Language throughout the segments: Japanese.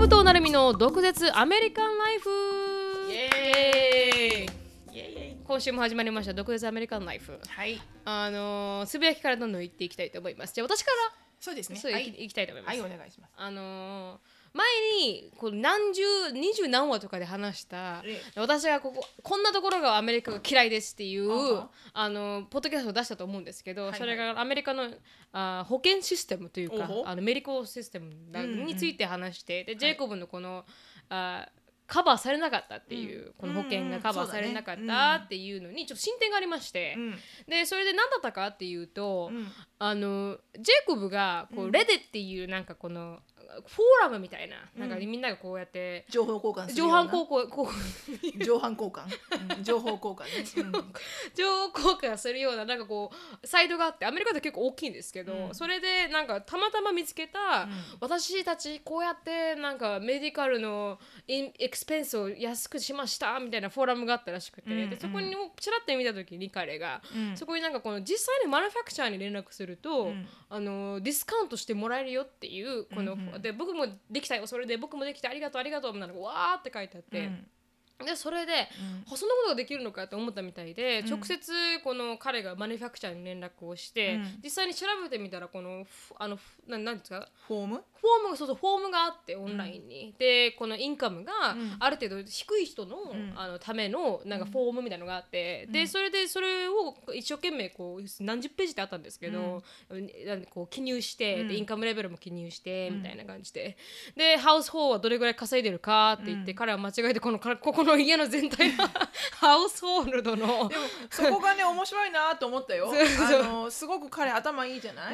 ブとなるみの毒舌アメリカンライフ。 イエーイ今週も始まりました毒舌アメリカンライフ。 はい、 つぶやきからどんどん言っていきたいと思います。じゃあ私からそうですね。 そう、 はい、 いきたいと思います。 はい、お願いします。 前にこう二十何話とかで話したえ私がこんなところがアメリカが嫌いですっていうあポッドキャストを出したと思うんですけど、 はいはいそれがアメリカの保険システムというかおほメディコルシステムについて話して、でジェイコブのこのカバーされなかったっていう、この保険がカバーされなかったっていうのにちょっと進展がありまして、でそれで何だったかっていうと、ジェイコブがこう、レデっていうなんかこのフォーラムみたいな、なんかみんながこうやって情報交換する情報ような交換情報交換ね、 情報交換するようななんかこうサイトがあって、アメリカって結構大きいんですけど、それでなんかたまたま見つけた、私たちこうやってなんかメディカルのエクスペンスを安くしましたみたいなフォーラムがあったらしくて、でそこにちらっと見た時に彼が、そこになんかこの実際にマニュファクチャーに連絡すると、ディスカウントしてもらえるよっていうこの、で僕もできたよ、それで僕もできてありがとうありがとうみたいなわーって書いてあって、でそれで、そんなことができるのかと思ったみたいで、直接この彼がマニュファクチャーに連絡をして、実際に調べてみたらこのなんですか、 フォームフォームがあってオンラインに、でこのインカムがある程度低い人の、ためのなんかフォームみたいなのがあって、でそれを一生懸命こう何十ページってあったんですけど、こう記入して、でインカムレベルも記入して、みたいな感じで、でハウスホーはどれぐらい稼いでるかって言って、彼は間違えてここの家の全体のハウスホールドのでもそこがね面白いなと思ったよ。すごく彼頭いいじゃない、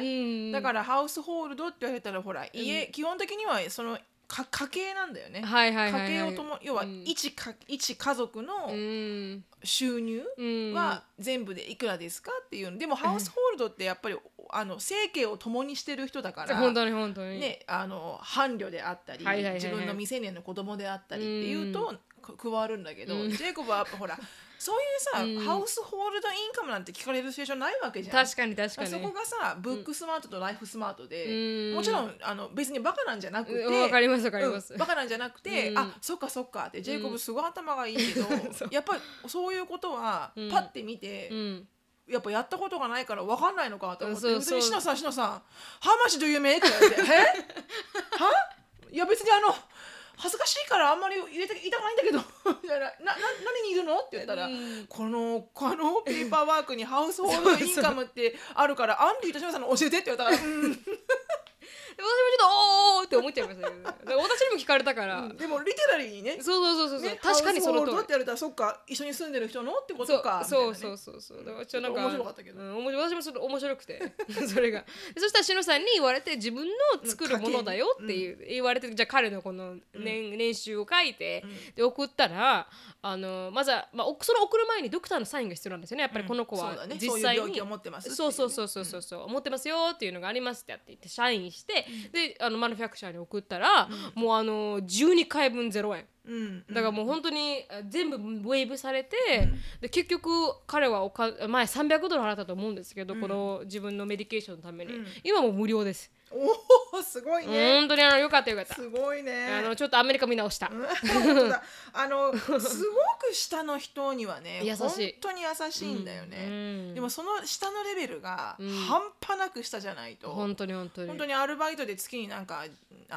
だからハウスホールドって言われたらほら家、基本的にはその家計なんだよね。家計を要は一家族の収入は全部でいくらですかっていうのでもハウスホールドってやっぱり生計を共にしてる人だから本当に本当に、 ね、伴侶であったり、自分の未成年の子供であったりっていうと加わるんだけど、ジェイコブはほらそういうさ、ハウスホールドインカムなんて聞かれるシチュエーションないわけじゃん。 確かに確かに。 そこがさ、ブックスマートとライフスマートで、もちろん別にバカなんじゃなくて、 わかりますわかります、 バカなんじゃなくて、あ、そっかそっかって、ジェイコブすごい頭がいいけど、やっぱりそういうことはパッて見て、やっぱやったことがないから分かんないのかと思って、別にしのさん、How much do you make? って言われて、はいや別に恥ずかしいからあんまり言いたくないんだけど何にいるのって言ったら、このペーパーワークにハウスホールドインカムってあるからアンディとしのさんの教えてって言ったから私もちょっとおーって思っちゃいましたけど、私にも聞かれたから、 でもリテラリーにね、 そう、ね、確かにその通り。ハウスホールドって言われたらそっか一緒に住んでる人のってことか、 そうだからちょっとなんか面白かったけど、 私もそれ面白くてそれがそしたらしのさんに言われて、自分の作るものだよっていう、言われて、じゃあ彼のこの年収を書いて、で送ったらまずは、その送る前にドクターのサインが必要なんですよね。やっぱりこの子は実際にそういう病気を持ってますっていうね、 そう持ってますよっていうのがありますって言ってサインして、でマニュファクチャーに送ったら、もう12回分0円、だからもう本当に全部ウェーブされて、で結局彼は前$300払ったと思うんですけど、この自分のメディケーションのために、今も無料です。 おお、すごいね。 本当によかったすごいね。 ちょっとアメリカ見直した。 本当だ。すごく下の人にはね、本当に優しいんだよね。でもその下のレベルが半端なく下じゃないと、本当にアルバイトで月になんか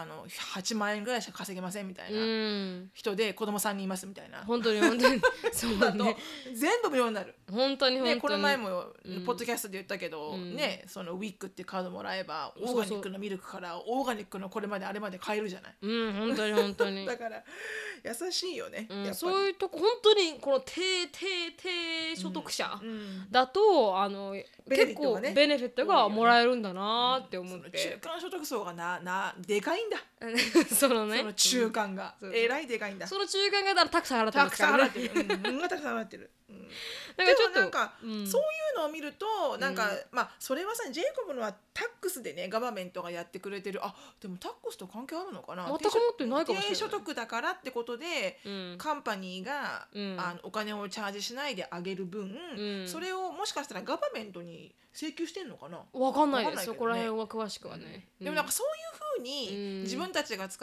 8万円ぐらいしか稼げませんみたいな人で子供3人いますみたいな。 本当にそうだと全部無料になる。 本当にね、 この前もポッドキャストで言ったけど、ね、そのウィッグっていうカードもらえばオーガニックのミルクからオーガニックのこれまであれまで買えるじゃない。 本当にだから優しいよね、 そういうとこ本当にこの低所得者だと、結構ベネフィットがもらえるんだなって思って、 中間所得層がでかいんだその中間がえらいでかいんだ。 その中間がたくさん払ってますからね。 たくさん払ってる。 だからちょっとなんか、そういうのを見るとなんか、それはさ、ジェイコブのはタックスでね、ガバメントがやってくれてる。でもタックスと関係あるのかな。 全く持ってないかもしれない。 低所得だからってことで、カンパニーが、お金をチャージしないであげる分、それをもしかしたらガバメントに請求してんのかな。 わかんないです。そこら辺は詳しくはね。 でもなんかそういう風に自分たちが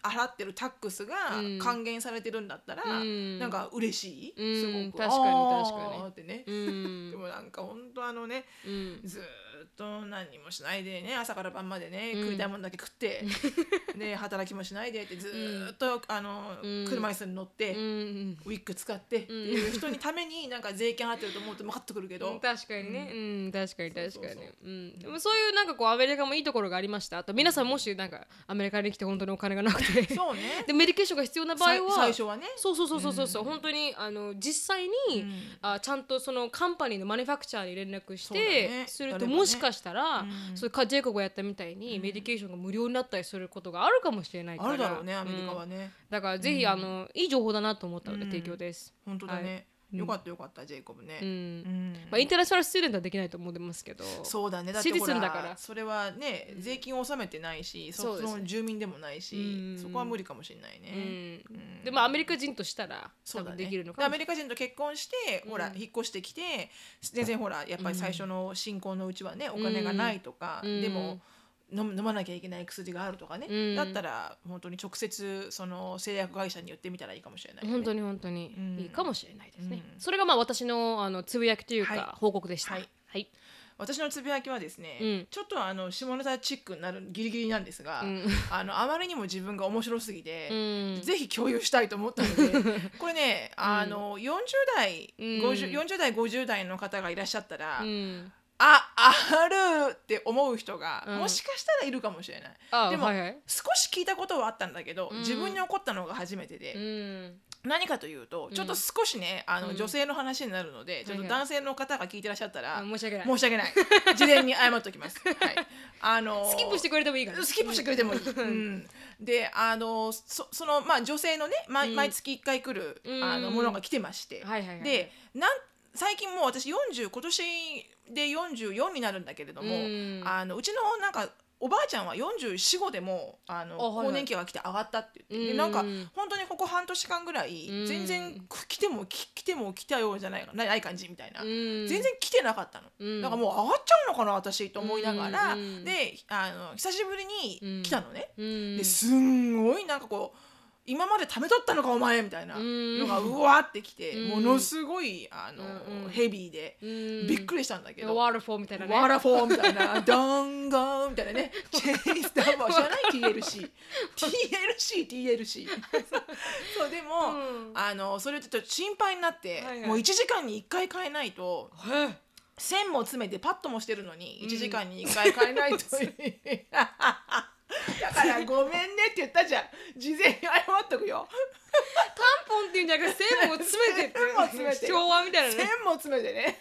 払ってるタックスが還元されてるんだったら、なんか嬉しい、すごく確かに確かにってね、でもなんか本当ずーっと何もしないでね、朝から晩までね、食いたいもんだけ食ってで働きもしないでってずーっと車椅子に乗って、ウィッグ使ってっていう人にためになんか税金払ってると思うとムカッとくるけど、 確かにね、確かに確かに、でもそういうなんかこうアメリカもいいところがありました。あと皆さんもしなんかアメリカに来て本当にお金がなくてそうねでメディケーションが必要な場合は最初はね、 そう、本当に実際に、ちゃんとそのカンパニーのマニファクチャーに連絡して、するともしかしたら、そういうジェイコブがやったみたいに、メディケーションが無料になったりすることがあるかもしれないから、 あるだろうね、アメリカはね、 だからぜひ、いい情報だなと思ったので提供です。 本当だね、よかったよかった、ジェイコブね、 まあ、インターナショナルスチューデントはできないと思ってますけど、 そうだね、だってほらそれはね、税金を納めてないし、その住民でもないし、そこは無理かもしれないね、 でもアメリカ人としたら多分できるのかもしれない。 アメリカ人と結婚して、ほら引っ越してきて、全然ほらやっぱり最初の新婚のうちはね、お金がないとか、でも飲まなきゃいけない薬があるとかね、だったら本当に直接その製薬会社に言ってみたらいいかもしれない、ね、 本当にいいかもしれないですね、それがまあ私のつぶやきというか、報告でした。 私のつぶやきはですね、ちょっと下ネタチックになるギリギリなんですが、あまりにも自分が面白すぎて、ぜひ共有したいと思ったのでこれね40代、40代50代の方がいらっしゃったら、あるって思う人が、もしかしたらいるかもしれない。でも、少し聞いたことはあったんだけど、自分に起こったのが初めてで、何かというと、ちょっと少しね女性の話になるので、ちょっと男性の方が聞いてらっしゃったら、申し訳ない事前に謝っておきます、 スキップしてくれてもいいから、 スキップしてくれてもいい、でその女性のね、毎月1回来るものが来てまして、で最近もう私今年で44になるんだけれども、うちのなんかおばあちゃんは44、5でも更年期が来て上がったって言って、でなんか本当にここ半年間ぐらい全然来ても来たようじゃない感じみたいな、全然来てなかったの、だからもう上がっちゃうのかな私と思いながら、で久しぶりに来たのね、ですんごいなんかこう今まで貯めとったのかお前みたいなのがうわってきて、ものすごいヘビーでびっくりしたんだけど、 ワールフォーみたいなね、 ワールフォーみたいなダンガーみたいなね、チェイスダーバー知らない TLC そうでも、それちょっと心配になって、もう1時間に1回変えないと、線も詰めてパッともしてるのに1時間に1回変えないとだからごめんねって言ったじゃん、事前に謝っとくよタンポンっていうんじゃなくて線も詰めてって昭和みたいなね、 線も詰めてね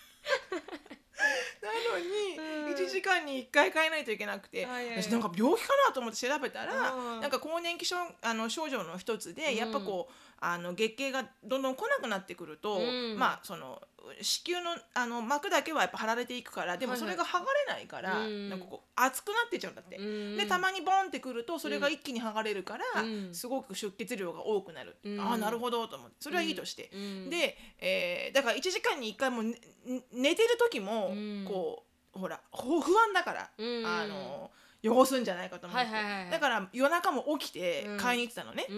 なのに1時間に1回変えないといけなくて、私なんか病気かなと思って調べたら、なんか更年期症状の一つで、やっぱこう月経がどんどん来なくなってくると、まあその子宮の膜だけはやっぱ張られていくから、でもそれが剥がれないから、なんかこう熱くなってっちゃうんだって、でたまにボンってくるとそれが一気に剥がれるから、すごく出血量が多くなる、なるほどと思って、それはいいとして、で、だから1時間に1回も寝てる時もこうほら不安だから、汚すんじゃないかと思って、だから夜中も起きて買いに行ってたのね、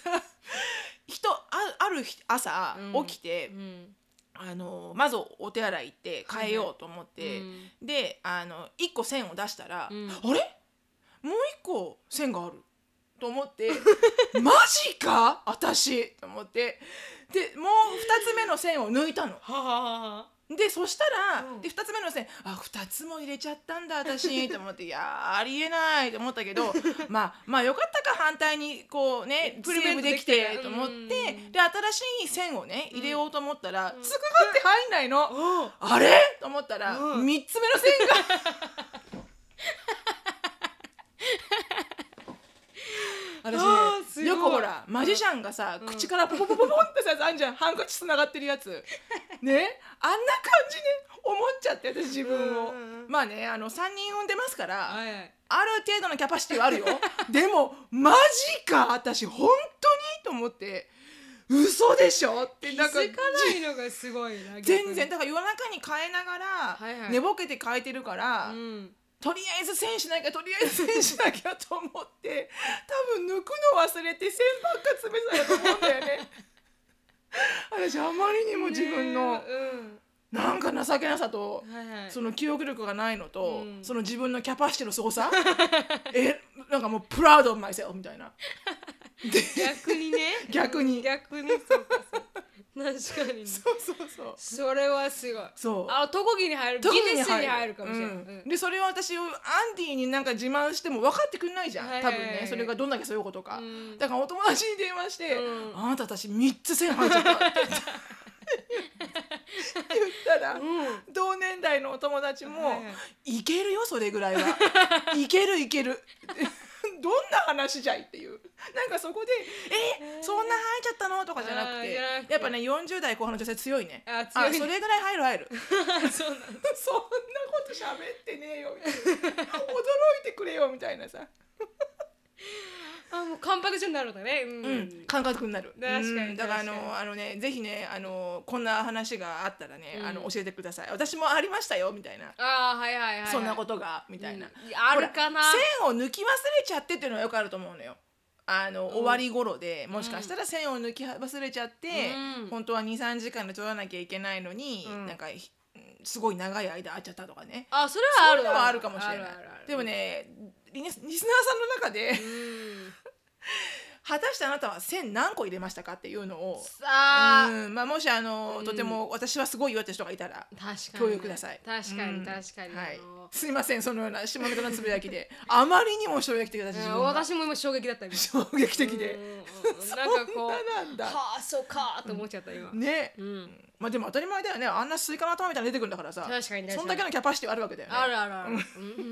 ある朝起きて、まずお手洗い行って変えようと思って、で1個線を出したら、あれもう1個線があると思ってマジか私と思って、でもう2つ目の線を抜いたの。でそしたら、で2つ目の線2つも入れちゃったんだ私と思って、いやありえないと思ったけどまあよかったか、反対にこうねセーブできてと思って、で新しい線をね入れようと思ったら、つくがって入んないの、あれと思ったら、3つ目の線が私ね、よくほらマジシャンがさ、口からポポポポポンってさあんじゃん、ハンカチつながってるやつね、あんな感じで思っちゃって、私自分を、まあね3人産んでますから、ある程度のキャパシティはあるよでもマジか私本当にと思って、嘘でしょってなんか気づかないのがすごいな全然だから夜中に変えながら、寝ぼけて変えてるから、 とりあえず線しなきゃと思って多分抜くの忘れて線ばっか詰めてたと思うんだよね私あまりにも自分のなんか情けなさと、その記憶力がないのと、その自分のキャパシティのすごさなんかもうプラウドオブマイセルフみたいな逆にね逆にそうか確かに、 そうそれはすごい。特技に入る、ギネスに入るかもしれない、 でそれを私アンディになんか自慢しても分かってくんないじゃん、多分ね、それがどんだけそういうことか、だからお友達に電話して、あなた私3つ線入っちゃったって言ったら、同年代のお友達も、いけるよそれぐらいはいけるどんな話じゃいっていう、なんかそこでそんな入っちゃったのとかじゃなくて、やっぱね40代後半の女性強いね。強いね。それぐらい入るそうなんだそんなこと喋ってねえよみたいな驚いてくれよみたいなさもう感覚になるんだね、 感覚になる。 確かにだからねぜひねこんな話があったらね、教えてください。私もありましたよみたいな。そんなことがみたいな、 あるかな。 線を抜き忘れちゃってっていうのはよくあると思うのよ。終わり頃でもしかしたら線を抜き忘れちゃって、本当は 2,3 時間で取らなきゃいけないのに、なんかすごい長い間会っちゃったとかね。 それはあるかもしれない。でもねリスナーさんの中で果たしてあなたは線何個入れましたかっていうのを、もしとても私はすごいよって人がいたら共有ください。 確かに、 すいませんそのような下ネタのつぶやきであまりにも衝撃的だし、 私も今衝撃だった。 衝撃的でなんかこうそうかと思っちゃった今ね。まあでも当たり前だよね、あんなスイカの頭みたいなの出てくるんだからさ、そんだけのキャパシティあるわけだよね。 ある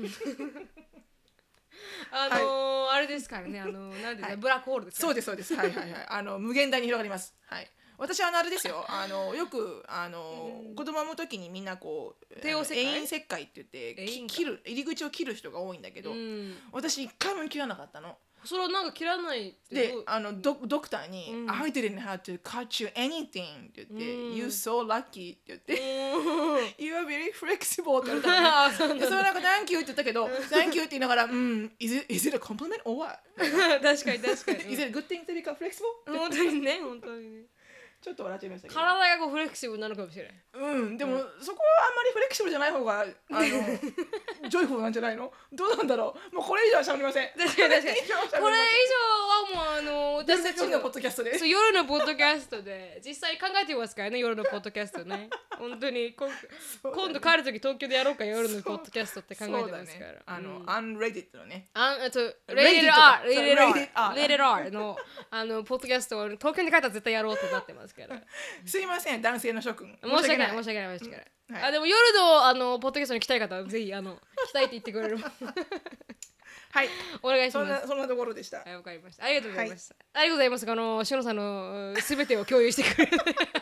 あれですからね、なんていうの、ブラックホールですか。 そうです無限大に広がります。私はあれですよ、よく子供を産む時にみんなこう帝王切開、 永遠切開って言って入り口を切る人が多いんだけど、私一回も切らなかったの。 それはなんか切らないってでドクターに「I didn't have to cut you anything」って言って「You're so lucky」って言って「You are very flexible」って言われたのね。それなんか「Thank you」って言ったけど「Thank you」って言いながら「Is it a compliment or what？ 確かに Is it a good thing to become flexible？ 本当にねちょっと笑っちゃいましたけど、 体がこうフレキシブルになるかもしれない。 でもそこはあんまりフレキシブルじゃない方がジョイフルなんじゃないの？どうなんだろう。もうこれ以上はしゃべりません。 確かにこれ以上はもう私たち夜のポッドキャストで夜のポッドキャストで実際考えてますからね、夜のポッドキャストね。本当に今度帰る時東京でやろうか、夜のポッドキャストって考えてますから。 Unrated のね、 Rated R のポッドキャストを東京に帰ったら絶対やろうとなってますから。 すいません男性の諸君、 申し訳ない。でも夜のポッドキャストに来たい方はぜひ来たいって言ってくれるお願いします。 そんなところでした。 わかりました。ありがとうございます。ありがとうございます。しのさんのすべてを共有してくれる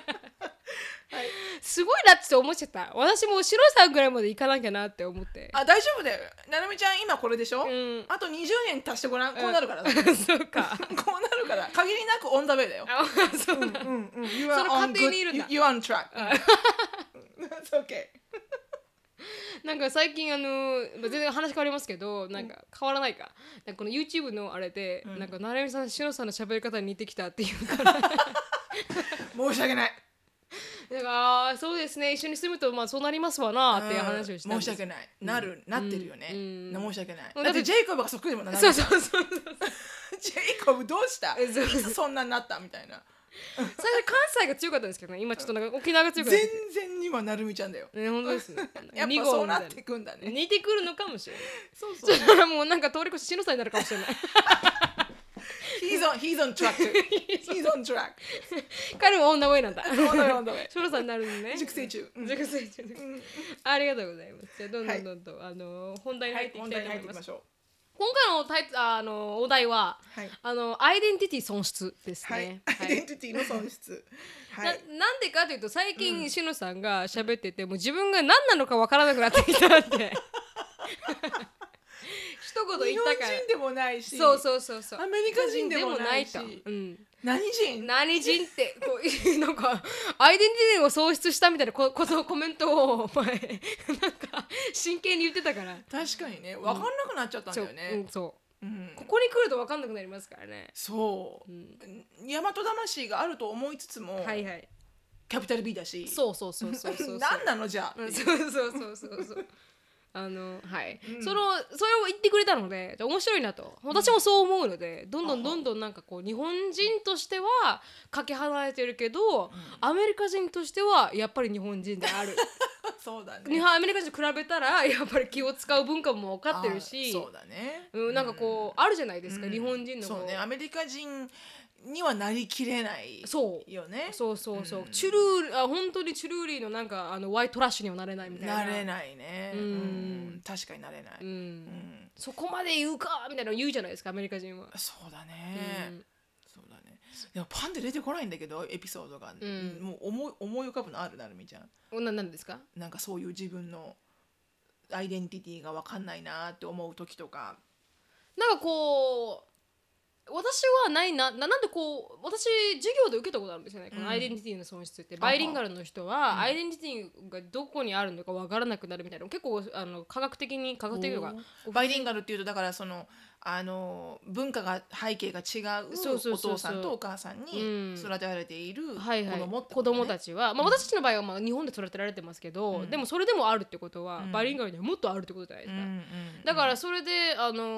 すごいなって思っちゃった。私もしのさんぐらいまで行かなきゃなって思って。 大丈夫だよ。ななみちゃん今これでしょ、あと20年足してごらん、こうなるからそうかこうなるから限りなくオンダウェイだよ。 そうなの過程にいるんだ。You're on track That's okay なんか最近全然話変わりますけど、なんか変わらないか、なんかこの YouTube のあれで、なんかななみさんしのさんの喋り方に似てきたっていうから申し訳ない。 だからそうですね、一緒に住むとそうなりますわなっていう話をしたんです。 申し訳ない、なってるよね、申し訳ない。だってジェイコブがそっくりでもなる。 そうジェイコブどうしたそんなになったみたいな。 最初関西が強かったんですけどね、今ちょっとなんか沖縄が強かった。 全然今なるみちゃんだよ。 本当ですね。 やっぱそうなってくんだね。 似てくるのかもしれない。 そうだからもうなんか通り越ししのさんになるかもしれない。 He's on track. He's on track. 彼もオンダウェイなんだ。 オンダウェイ。 しのさんになるのね。 熟成中。 ありがとうございます。じゃあどんどん本題に入っていきたいと思います。今回のお題は、アイデンティティ損失ですね。 アイデンティティの損失。 なんでかというと、最近しのさんが喋っててもう自分が何なのか分からなくなってきたって一言言ったから。 日本人でもないし、 そうアメリカ人でもないし、何人ってこうなんかアイデンティティを喪失したみたいなことコメントを前なんか真剣に言ってたから。 確かにね、分かんなくなっちゃったんだよね。 そう、 うん、 ここに来ると分かんなくなりますからね。 そう、大和魂があると思いつつも、 はいはい、 キャピタル B だし、 そう何なのじゃあ、 そうはい、それを言ってくれたので面白いなと、私もそう思うので、どんどんなんかこう日本人としてはかけ離れてるけど、アメリカ人としてはやっぱり日本人であるそうだね、 アメリカ人と比べたらやっぱり気を使う文化も分かってるし、 そうだね、 なんかこうあるじゃないですか、日本人のそうね、アメリカ人にはなりきれないよね。 そう、チュルーリ本当にチュルーリーのなんかホワイトラッシュにはなれないみたいな。 なれないね、確かになれない、 そこまで言うかみたいなの言うじゃないですか、アメリカ人は。 そうだね、そうだね。でもパンで出てこないんだけどエピソードが、もう思い浮かぶのあるなるみちゃん。 なんですか？ なんかそういう自分のアイデンティティが分かんないなって思う時とか。 なんかこう私はないなんでこう私授業で受けたことあるんですよね、このアイデンティティの損失って。バイリンガルの人はアイデンティティがどこにあるのか分からなくなるみたいな、結構科学的にがバイリンガルっていうとだからその文化が背景が違うお父さんとお母さんに育てられている子供たちは、 私たちの場合は日本で育てられてますけど、でもそれでもあるってことは、バイリンガルにはもっとあるってことじゃないですか。だからそれで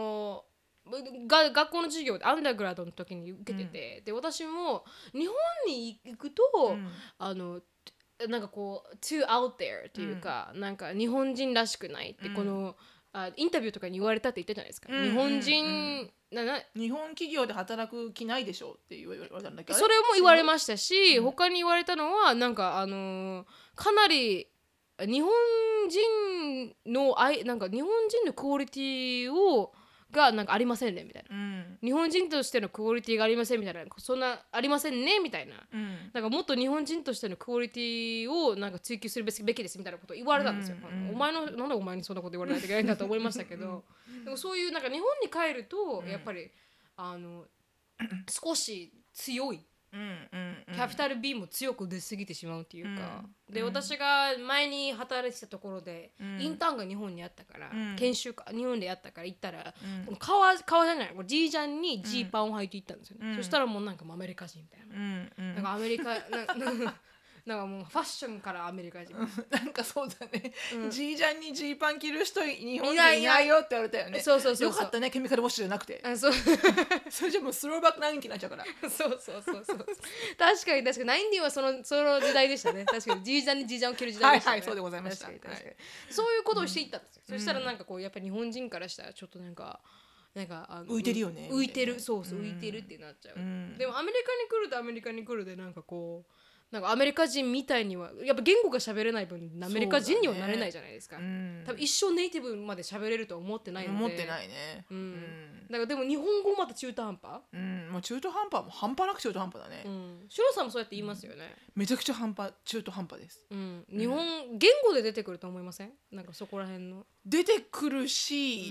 学校の授業でアンダーグラドの時に受けてて、で私も日本に行くと、なんかこう too out there っていうか、なんか日本人らしくないって、このインタビューとかに言われたって言ったじゃないですか、日本人日本企業で働く気ないでしょって言われたんだけど、 それも言われましたし、他に言われたのはなんかかなり日本人のなんか日本人のクオリティがなんかありませんねみたいな、日本人としてのクオリティがありませんみたいな、そんなありませんねみたいな、なんかもっと日本人としてのクオリティをなんか追求するべきですみたいなことを言われたんですよ、なんでお前にそんなこと言われないといけないんだと思いましたけどでもそういうなんか日本に帰るとやっぱり、少し強いキャピタル B も強く出過ぎてしまうっていうか、で私が前に働いてたところで、インターンが日本にあったから、研修か日本でやったから行ったら、この革じゃないジージャンにジーパンを履いて行ったんですよね、そしたらもうなんかアメリカ人みたいな、なんかアメリカなんかもうファッションからアメリカ人なんかそうだね、ジージャンにジーパン着る人日本にいないよって言われたよね。 そうよかったね、ケミカルウォッシュじゃなくて。それじゃもうスローバック人気になっちゃうから。 そう確かにナインディはその時代でしたね。確かにジージャンにジージャンを着る時代でしたね。 はい、そうでございました。 確かにそういうことをしていったんですよ、そしたらなんかこうやっぱり日本人からしたらちょっとなんか浮いてるよね、 浮いてる浮いてるってなっちゃう、でもアメリカに来るでなんかこうなんかアメリカ人みたいにはやっぱ言語が喋れない分アメリカ人にはなれないじゃないですか、多分一生ネイティブまで喋れるとは思ってないので。 思ってないね、 だからでも日本語また中途半端、 もう中途半端も半端なく中途半端だね。 シロさんもそうやって言いますよね、 めちゃくちゃ中途半端です、 日本言語で出てくると思いません？なんかそこら辺の出てくるし、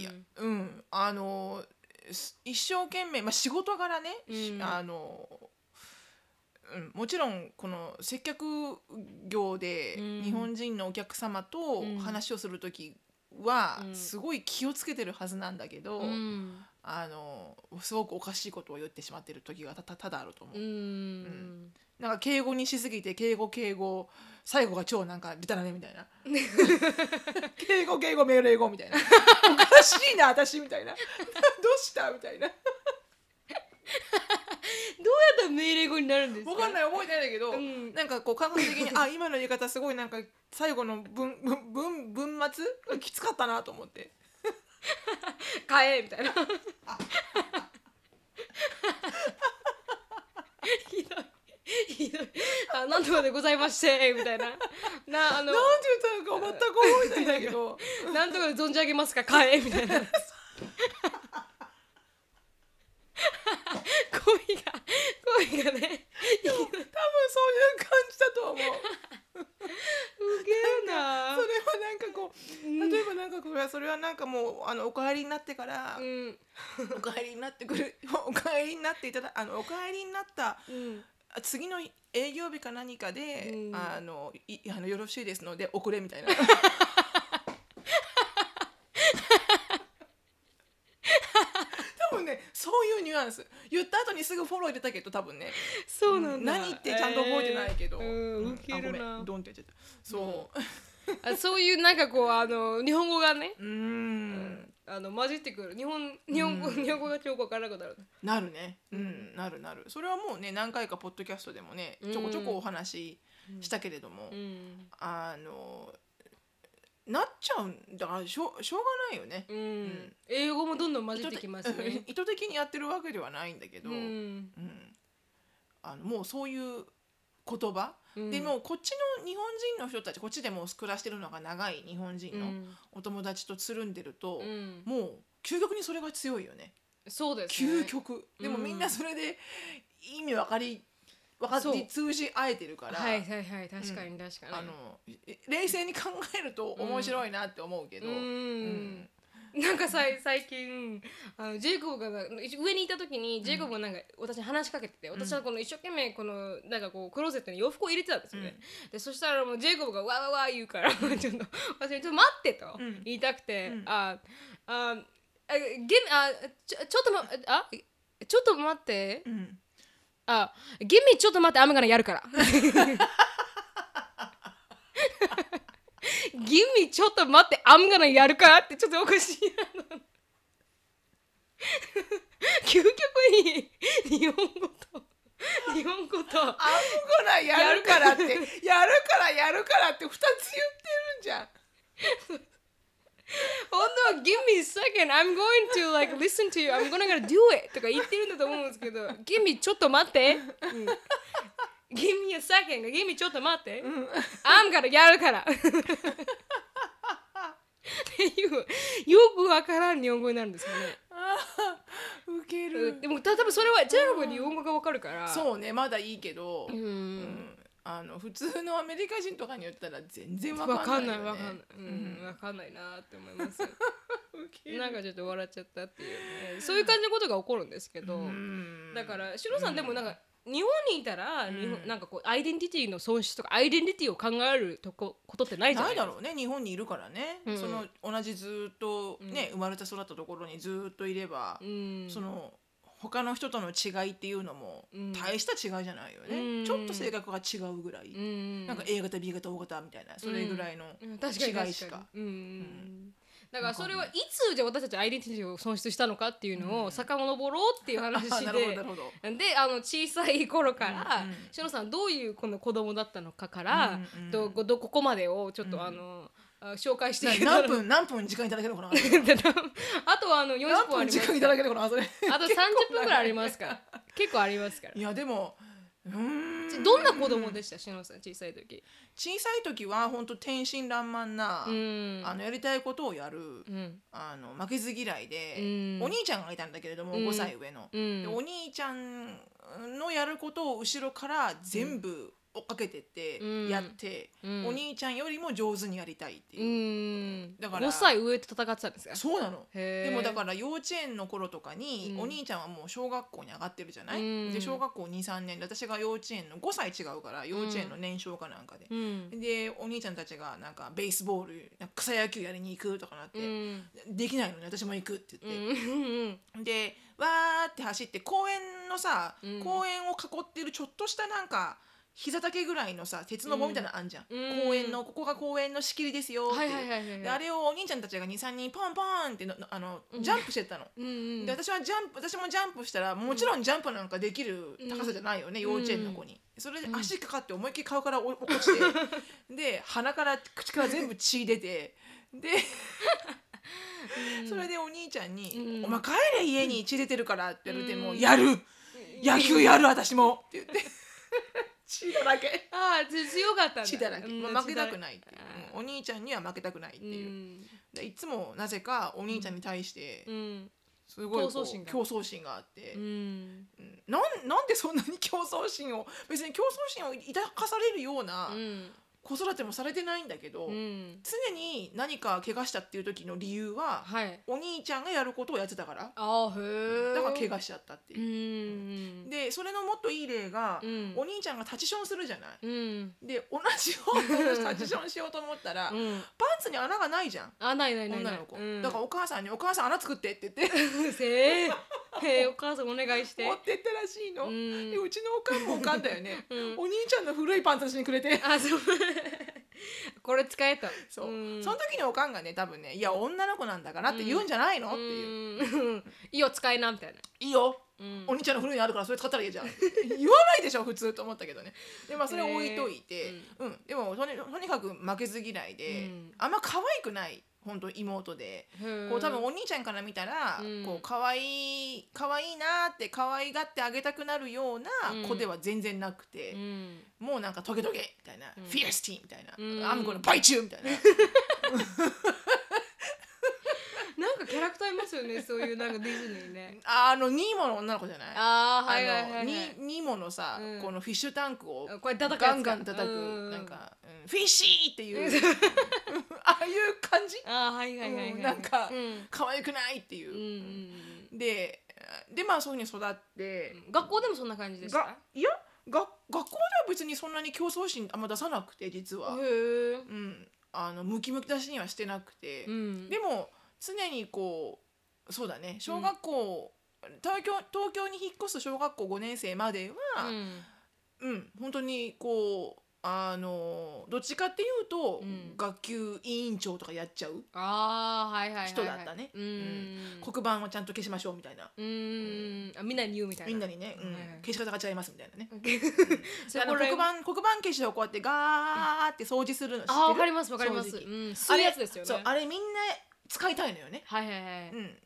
一生懸命、仕事柄ね、もちろんこの接客業で日本人のお客様と話をする時はすごい気をつけてるはずなんだけど、すごくおかしいことを言ってしまってる時がただあると思う。なんか敬語にしすぎて敬語最後が超なんかデタラメみたいな敬語命令語みたいなおかしいな私みたいなどうしたみたいなどうやったら命令語になるんですか？ 分かんない、覚えてないんだけど、なんかこう感覚的に今の言い方すごいなんか最後の文末きつかったなと思って買えみたいなひどいなんとかでございましてみたいななんて言ったのか全く覚えてないんだけどなんとかで存じ上げますか買えみたいな恋がね、 でも多分そういう感じだと思うウケるな。 それはなんかこう、例えばなんかそれはなんかもうお帰りになってから、お帰りになってくるお帰りになっていただお帰りになった、次の営業日か何かで、よろしいですので遅れみたいなそういうニュアンス言った後にすぐフォロー入れたけど多分ねそうなんだ、 何ってちゃんと覚えてないけど、 ウケるな、 ごめんドンってやっちゃったそう、 あそういうなんかこう日本語がね混じってくる日本語が超分からなくなるなるねなるそれはもうね何回かポッドキャストでもねちょこちょこお話ししたけれども、なっちゃうんだからしょうがないよね、 英語もどんどん混じってきますね意図的にやってるわけではないんだけど、もうそういう言葉、でもこっちの日本人の人たちこっちでも暮らしてるのが長い日本人のお友達とつるんでると、もう究極にそれが強いよね。 そうですね究極でもみんなそれで意味分かり通じ合えてるから、 はい確かに、 冷静に考えると面白いなって思うけど、 なんか最近ジェイコブが上にいた時にジェイコブがなんか私に話しかけてて、私はこの一生懸命このなんかこうクローゼットに洋服を入れてたんですよね、でそしたらもうジェイコブがわわわ言うからちょっと私ちょっと待ってと言いたくて、ちょっと待って、ギミちょっと待ってアムガナやるからギミちょっと待ってアムガナやるからってちょっとおかしいな究極に日本語とアムガナやるからってやるからって2つ言ってるんじゃん本当は Give me a second I'm going to like listen to you I'm gonna do it とか言ってるんだと思うんですけど Give me ちょっと待って、Give me a second Give me ちょっと待って、I'm gonna やるからっていうよくわからん日本語になるんですよね。 ウケる。 でも多分それはジェイコブに日本語がわかるからそうねまだいいけど、普通のアメリカ人とかに言ったら全然わかんないよね。わかんないなって思いますなんかちょっと笑っちゃったっていう、そういう感じのことが起こるんですけど、だからシロさんでもなんか日本にいたら、なんかこうアイデンティティの損失とかアイデンティティを考えることってないじゃないですか。 ないだろうね日本にいるからね、その同じずっとね、生まれた育ったところにずっといれば、その他の人との違いっていうのも大した違いじゃないよね、ちょっと性格が違うぐらい、なんか A 型 B 型 O 型みたいなそれぐらいの違いしか。 だからそれはいつじゃあ私たちアイデンティティを損失したのかっていうのを遡ろうっていう話で、で小さい頃からしのさんどういうこの子供だったのかからここまでをちょっと紹介して何分時間いただけるのかなあとは40分あります何分時間いただけるのかなそれあと30分ぐらいありますから結構ありますから。 いやでもどんな子供でしたしのさん小さい時は本当天真爛漫な、やりたいことをやる、負けず嫌いで、お兄ちゃんがいたんだけれども、5歳上の、でお兄ちゃんのやることを後ろから全部追っかけてってやって、お兄ちゃんよりも上手にやりたいっていう、だから 5歳上と戦ってたんですか。 そうなの。でもだから幼稚園の頃とかに、お兄ちゃんはもう小学校に上がってるじゃない、で小学校 2,3 年で私が幼稚園の5歳違うから幼稚園の年少かなんかで、でお兄ちゃんたちがなんかベースボール草野球やりに行くとかなって、できないのに私も行くって言って、でわーって走って公園のさ、公園を囲ってるちょっとしたなんか膝丈ぐらいのさ鉄の棒みたいなのあんじゃん、公園のここが公園の仕切りですよって、であれをお兄ちゃんたちが 2,3 人ポンポンってジャンプしてったの、で私もジャンプしたらもちろんジャンプなんかできる高さじゃないよね、幼稚園の子に。それで足かかって思いっきり顔から落っこちてで鼻から口から全部血出てでそれでお兄ちゃんに「お前帰れ家に血出てるから」って言われても「やる野球やる私も」って言って血だらけ。 強かったんだ。 血だらけ、負けたくないっていう、お兄ちゃんには負けたくないっていう、でいつもなぜかお兄ちゃんに対してすごい競争心があって、なんでそんなに競争心を別に競争心を抱かされるような子育てもされてないんだけど、常に何か怪我したっていう時の理由は、お兄ちゃんがやることをやってたから、だから怪我しちゃったっていう、でそれのもっといい例が、お兄ちゃんが立ちションするじゃない、で同じように立ちションしようと思ったら、パンツに穴がないじゃん、 ない女の子、だからお母さんに「お母さん穴作って」って言ってへえ、お母さんお願いして。 持ってったらしいの。でうちのおかんもおかんだよね。 うん、 お兄ちゃんの古いパンツにくれて。 あ、そう。これ使えと。 そう、その時のおかんがね多分ね、いや女の子なんだからって言うんじゃないの、っていう。 いいよ使いなみたいな。 いいよ、お兄ちゃんの古いのあるからそれ使ったらいいじゃん言わないでしょ普通と思ったけどね。でまあそれ置いといて、でもとにかく負けず嫌いで、あんま可愛くない本当妹で、こう多分お兄ちゃんから見たら、こう可愛いなって可愛がってあげたくなるような子では全然なくて、もうなんかトゲトゲみたいな、フィアスティみたいな、I'm gonna bite you みたいな。 なんかキャラクターいますよね、そういうなんかディズニーね。 ニーモの女の子じゃない？ はいはいはいはい。 ニーモのさ、このフィッシュタンクをこれガンガン叩く、なんか、フィッシーっていうああいう感じ？ はいはいはいはい。 なんか可愛くないっていう。でまあそういう風に育って、 学校でもそんな感じでした？ いや学校では別にそんなに競争心あんま出さなくて、実は。ムキムキ出しにはしてなくて、でも常にこうそうだね、小学校、東京に引っ越す小学校5年生までは、本当にこうどっちかっていうと、学級委員長とかやっちゃう人だったね。黒板はちゃんと消しましょうみたいな。 みんなに言うみたいな。 みんなにね、消し方が違いますみたいなね。黒板消しをこうやってガーって掃除するの知ってる？ わかりますわかります。そういうやつですよね。 そう、あれみんな使いたいのよね。 はいはいはい。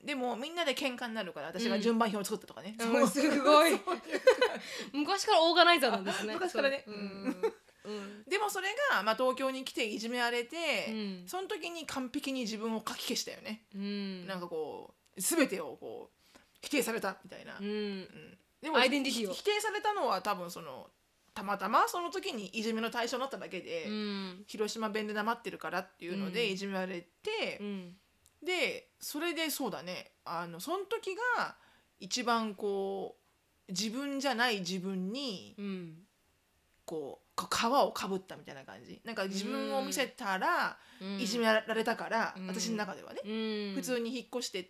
でもみんなで喧嘩になるから私が順番表を作ったとかね。 すごい。昔からオーガナイザーなんですね。 昔からね。でもそれが、まあ、東京に来ていじめられて、その時に完璧に自分をかき消したよね。なんかこう全てをこう否定されたみたいな。でもアイデンティティを否定されたのは多分たまたまその時にいじめの対象になっただけで、広島弁で黙ってるからっていうのでいじめられて、でそれでそうだね、その時が一番こう自分じゃない自分に、こう皮をかぶったみたいな感じ。なんか自分を見せたらいじめられたから、私の中ではね、普通に引っ越してって、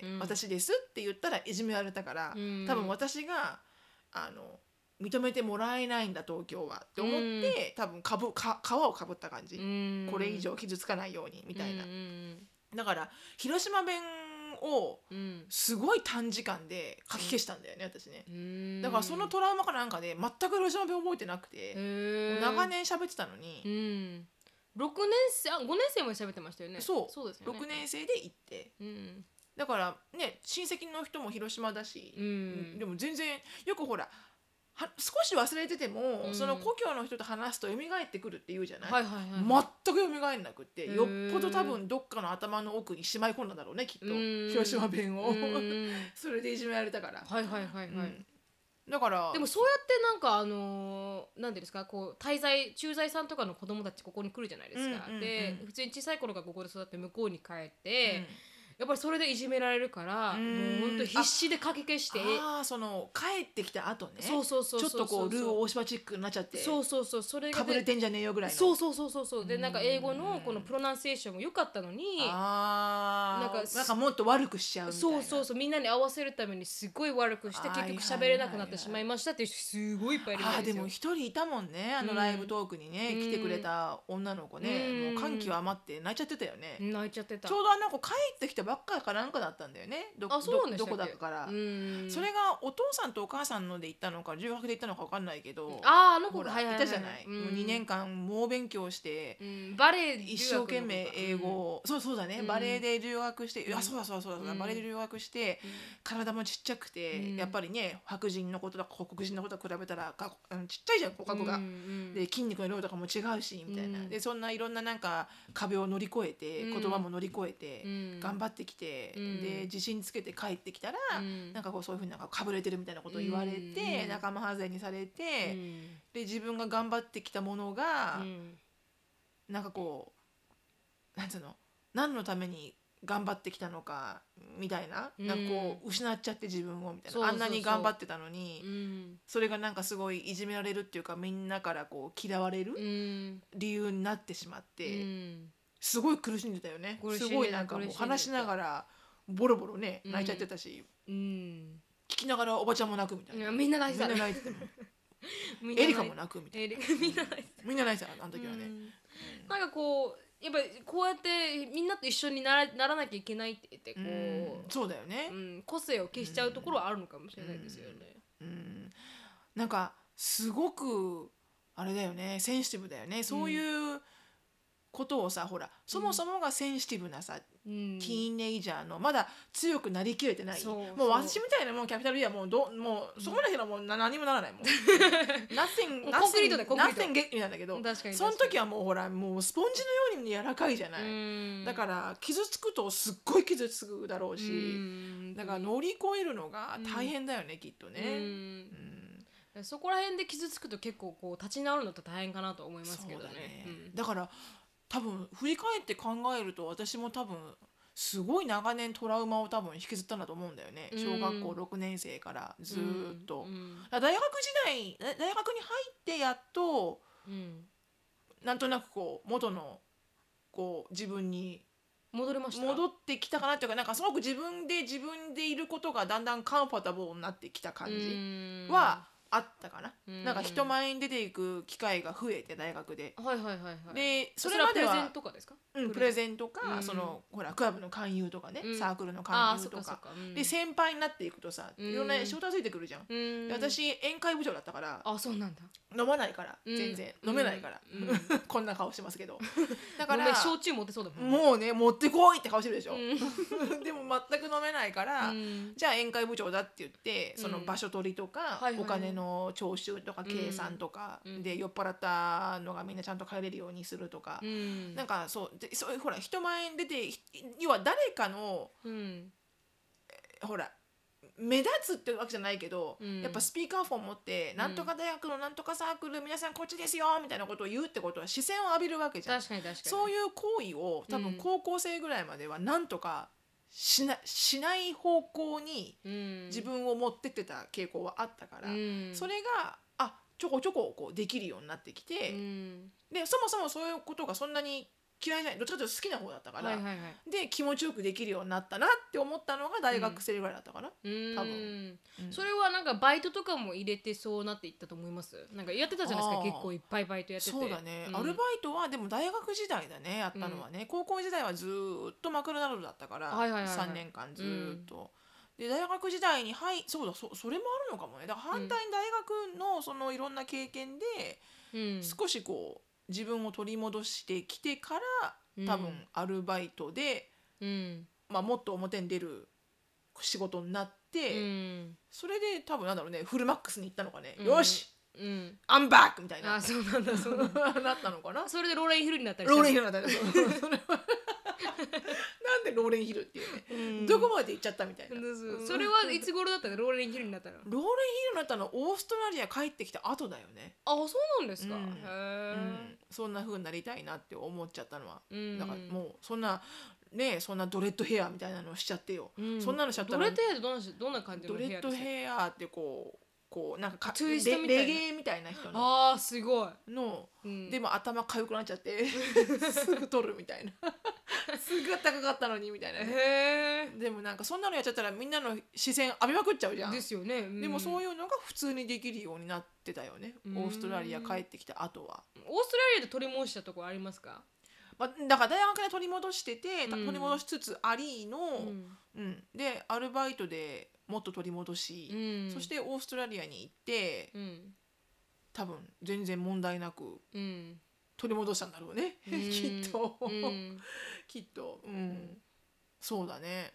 私ですって言ったらいじめられたから、多分私が認めてもらえないんだ東京はって思って、多分皮をかぶった感じ、これ以上傷つかないようにみたいな。だから広島弁をすごい短時間で書き消したんだよね、私ね。だからそのトラウマかなんかで全く広島弁覚えてなくて、長年喋ってたのに、 6年生5年生まで喋ってましたよね。 そうですよね。 6年生で行って、だからね親戚の人も広島だし、でも全然よくほら少し忘れてても、その故郷の人と話すと蘇ってくるって言うじゃない。全く蘇んなくって、よっぽど多分どっかの頭の奥にしまい込んだんだろうねきっと、広島弁をそれでいじめられたから。だからでもそうやってなんかなんていうんですか、こう駐在さんとかの子供たちここに来るじゃないですか。で普通に小さい頃からここで育って向こうに帰って、やっぱりそれでいじめられるから、もう本当必死でかき消して、 その帰ってきた後ね、ちょっとこうルー大芝チックになっちゃって、 それがかぶれてんじゃねえよぐらいの、 そうで、なんか英語のこのプロナンセーションも良かったのに、 なんかもっと悪くしちゃうみたいな。 そうみんなに合わせるためにすごい悪くして、結局喋れなくなってしまいましたっていう人すごいいっぱいいるんですよ。 でも一人いたもんね、ライブトークにね来てくれた女の子ね、もう感極まって泣いちゃってたよね。 泣いちゃってた。 ちょうど帰ってきたばっかかなんかだったんだよね。どこだかから。それがお父さんとお母さんので行ったのか留学で行ったのか分かんないけど、 子がいたじゃない。もう2年間猛勉強して、 バレエ一生懸命英語を、そうだね、バレエで留学して、そうだ、バレエで留学して、体もちっちゃくて、やっぱりね白人のこととか黒人のことと比べたらちっちゃいじゃん骨格が。で筋肉の量とかも違うしみたいな。でそんないろんななんか壁を乗り越えて、言葉も乗り越えて頑張ってきて、で自信つけて帰ってきたら、なんかこうそういうふうになんかかぶれてるみたいなことを言われて、仲間外れにされて、で自分が頑張ってきたものが、なんかこうなんつうの、何のために頑張ってきたのかみたいな、なんかこう失っちゃって自分をみたいな、あんなに頑張ってたのに、それがなんかすごいいじめられるっていうか、みんなからこう嫌われる理由になってしまって、すごい苦しんでたよね。すごいなんかもう話しながらボロボロね泣いちゃってたし、 きながらおばちゃんも泣くみたいな。 みんな泣いてたみんな泣いてたみんなエリカも泣くみたいな。 みんな泣いてたみんな泣いてたあの時はね。 なんかこうやっぱりこうやってみんなと一緒にならなきゃいけないって言ってこう、 そうだよね、 個性を消しちゃうところはあるのかもしれないですよね。 なんかすごくあれだよね、センシティブだよね、そういうことをさ、ほらそもそもがセンシティブなさ、ティーンエイジャーのまだ強くなりきれてない、もう私みたいなもうキャピタル B はもうそこまではもう何もならないもんnothing コンクリートで nothing get me なんだけど、その時はもうほらもうスポンジのように柔らかいじゃない、だから傷つくとすっごい傷つくだろうし、だから乗り越えるのが大変だよね、きっとね。 そこら辺で傷つくと結構こう立ち直るのって大変かなと思いますけどね。 だから多分振り返って考えると私も多分すごい長年トラウマを多分引きずったんだと思うんだよね、小学校6年生からずっと、大学に入ってやっと、なんとなくこう元のこう自分に戻れました。 戻ってきたかなっていうか、なんかすごく自分でいることがだんだんカンファタブルになってきた感じはあったかな。なんか人前に出ていく機会が増えて大学で、でそれまではプレゼンとかですか？ プレゼンとか、そのほらクラブの勧誘とかね、サークルの勧誘とかで先輩になっていくとさ、いろんな仕事がついてくるじゃん。で私宴会部長だったから、 そうなんだ、 飲まないから全然飲めないからこんな顔してますけど、だから焼酎持ってそうだもんね。もうね持ってこいって顔してるでしょでも全く飲めないから、じゃあ宴会部長だって言ってその場所取りとかお金の徴収とか計算とかで酔っ払ったのがみんなちゃんと帰れるようにするとか、なんかそういうほら人前に出て、要は誰かのほら目立つってわけじゃないけど、やっぱスピーカーフォン持ってなんとか大学のなんとかサークル皆さんこっちですよみたいなことを言うってことは視線を浴びるわけじゃん。 確かにそういう行為を多分高校生ぐらいまではなんとかしない方向に自分を持ってってた傾向はあったから、それがちょこちょここうできるようになってきて、でそもそもそういうことがそんなに嫌いじゃない、どっちかというと好きな方だったから、で気持ちよくできるようになったなって思ったのが大学生ぐらいだったかな、多分。 それはなんかバイトとかも入れてそうなっていったと思います。なんかやってたじゃないですか、結構いっぱいバイトやってて。 そうだね、アルバイトはでも大学時代だねやったのはね、高校時代はずっとマクドナルドだったから、3年間ずっと。で大学時代にそうだ、それもあるのかもね。だから反対に大学のそのいろんな経験で、少しこう自分を取り戻してきてから、多分アルバイトで、もっと表に出る仕事になって、それで多分なんだろうね、フルマックスに行ったのかね、よしアンバックみたいな、 そうなんだそうなんだなったのかな。 それでローレンヒルになったりローレンヒルになったりなんでローレンヒルっていうね、どこまで行っちゃったみたいな。 それはいつ頃だったの、ローレンヒルになったの。 ローレンヒルになったのオーストラリア帰ってきた後だよね。 そうなんですか。 そんな風になりたいなって思っちゃったのは、だからもうそんなドレッドヘアみたいなのしちゃってよ、そんなのしちゃったら。 ドレッドヘアってどんな感じのヘアですか？ ドレッドヘアってこうなんかツイストみたいなレゲエみたいな人のすごいの、でも頭かゆくなっちゃってすぐ取るみたいなすぐ高かったのにみたいな、でもなんかそんなのやっちゃったらみんなの視線浴びまくっちゃうじゃん。 ですよね。 でもそういうのが普通にできるようになってたよね、オーストラリア帰ってきた後は。 オーストラリアで取り戻したところありますか？ だから大学で取り戻してて、取り戻しつつありの、でアルバイトでもっと取り戻し、そしてオーストラリアに行って、多分全然問題なく取り戻したんだろうね、きっと、きっと、そうだね。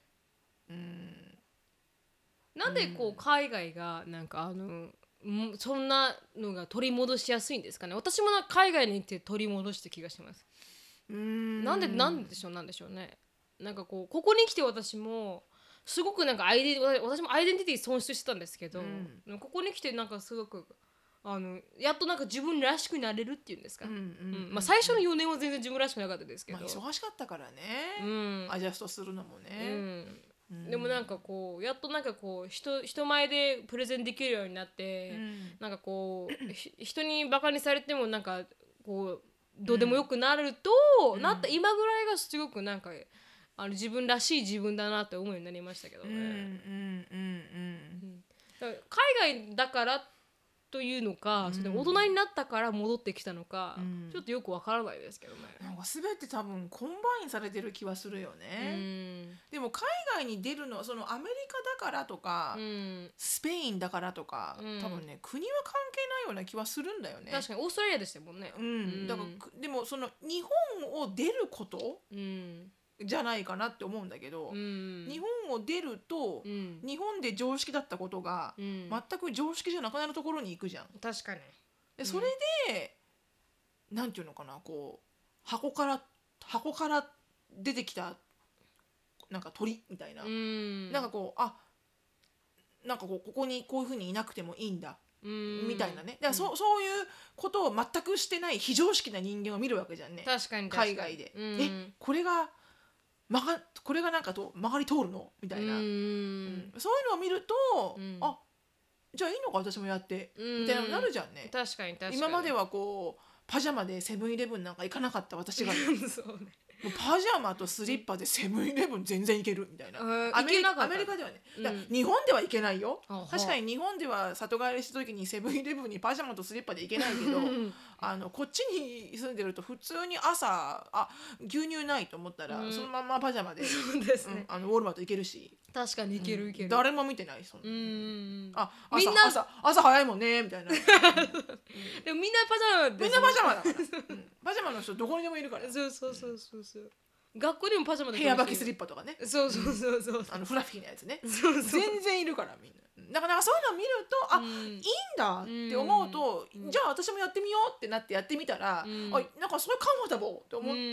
なんでこう海外がなんかそんなのが取り戻しやすいんですかね。私も海外に行って取り戻した気がします。なんでしょうね。なんかここに来て私もすごくなんか私もアイデンティティ損失してたんですけど、ここに来てなんかすごくやっとなんか自分らしくなれるっていうんですか。最初の4年は全然自分らしくなかったですけど、 忙しかったからね、アジャストするのもね、 でもなんかこうやっとなんかこう人前でプレゼンできるようになって、なんかこう人にバカにされてもなんかこうどうでもよくなると、なった今ぐらいがすごくなんか自分らしい自分だなって思うようになりましたけどね。 海外だからというのか、それで大人になったから戻ってきたのか、ちょっとよくわからないですけどね。 なんか全て多分コンバインされてる気はするよね。でも海外に出るのはそのアメリカだからとか、スペインだからとか、多分ね国は関係ないような気はするんだよね。 確かにオーストラリアでしたもんね。 だからでもその日本を出ること、じゃないかなって思うんだけど、日本を出ると、日本で常識だったことが、全く常識じゃなくなるところに行くじゃん。 確かに。 でそれで、なんていうのかな、こう箱から出てきたなんか鳥みたいな、なんかこうなんかここにこういうふうにいなくてもいいんだみたいなね。だからそういうことを全くしてない非常識な人間を見るわけじゃんね。 確かに海外で、これがなんかと曲がり通るのみたいな、そういうのを見ると、あ、じゃあいいのか私もやってみたいなのになるじゃんね。 確かに今まではこうパジャマでセブンイレブンなんか行かなかった私が、 そうね、 もうパジャマとスリッパでセブンイレブン全然行けるみたいな。アメリカではね、日本では行けないよ。確かに日本では里帰りした時にセブンイレブンにパジャマとスリッパで行けないけどこっちに住んでると普通に朝牛乳ないと思ったら、そのままパジャマでそうですね、 ウォールマート行けるし。 確かに行ける行ける、 誰も見てない。 みんな朝早いもんねみたいな。 でもみんなパジャマです。 みんなパジャマだからパジャマの人どこにでもいるから。 そう学校にもパジャマで部屋履きスリッパとかね。 そうフラフィーなやつね。全然いるからみんな。だからそういうのを見ると、いいんだって思うと、じゃあ私もやってみようってなってやってみたら、なんかそれカンファタボーって思って、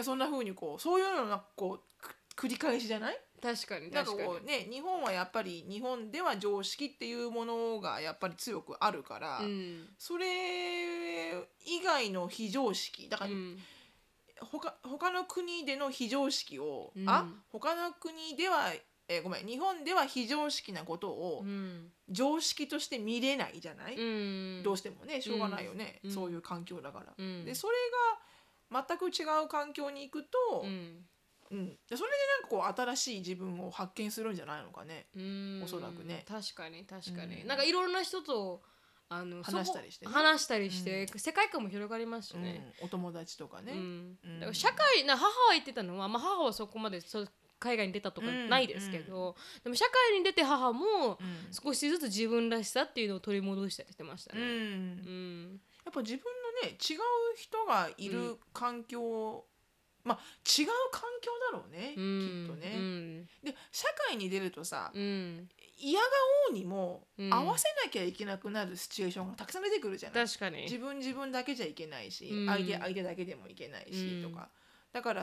そんな風にこうそういうのがこう繰り返しじゃない？ 確かになんかこうね、日本はやっぱり日本では常識っていうものがやっぱり強くあるから、それ以外の非常識だから、他の国での非常識を、他の国では日本では非常識なことを常識として見れないじゃない、どうしてもね、しょうがないよね、そういう環境だから、でそれが全く違う環境に行くと、それでなんかこう新しい自分を発見するんじゃないのかね、おそらくね。 確かになんかいろんな人と話したりして、世界観も広がりますしね、 お友達とかね。 だから母は言ってたのは、母はそこまで海外に出たとかないですけど、でも社会に出て母も少しずつ自分らしさっていうのを取り戻したりしてましたね。 やっぱ自分のね、違う人がいる環境、違う環境だろうね、きっとね。で社会に出るとさ、嫌がおうにも合わせなきゃいけなくなるシチュエーションがたくさん出てくるじゃない。 確かに自分だけじゃいけないし、相手だけでもいけないし、とか。だから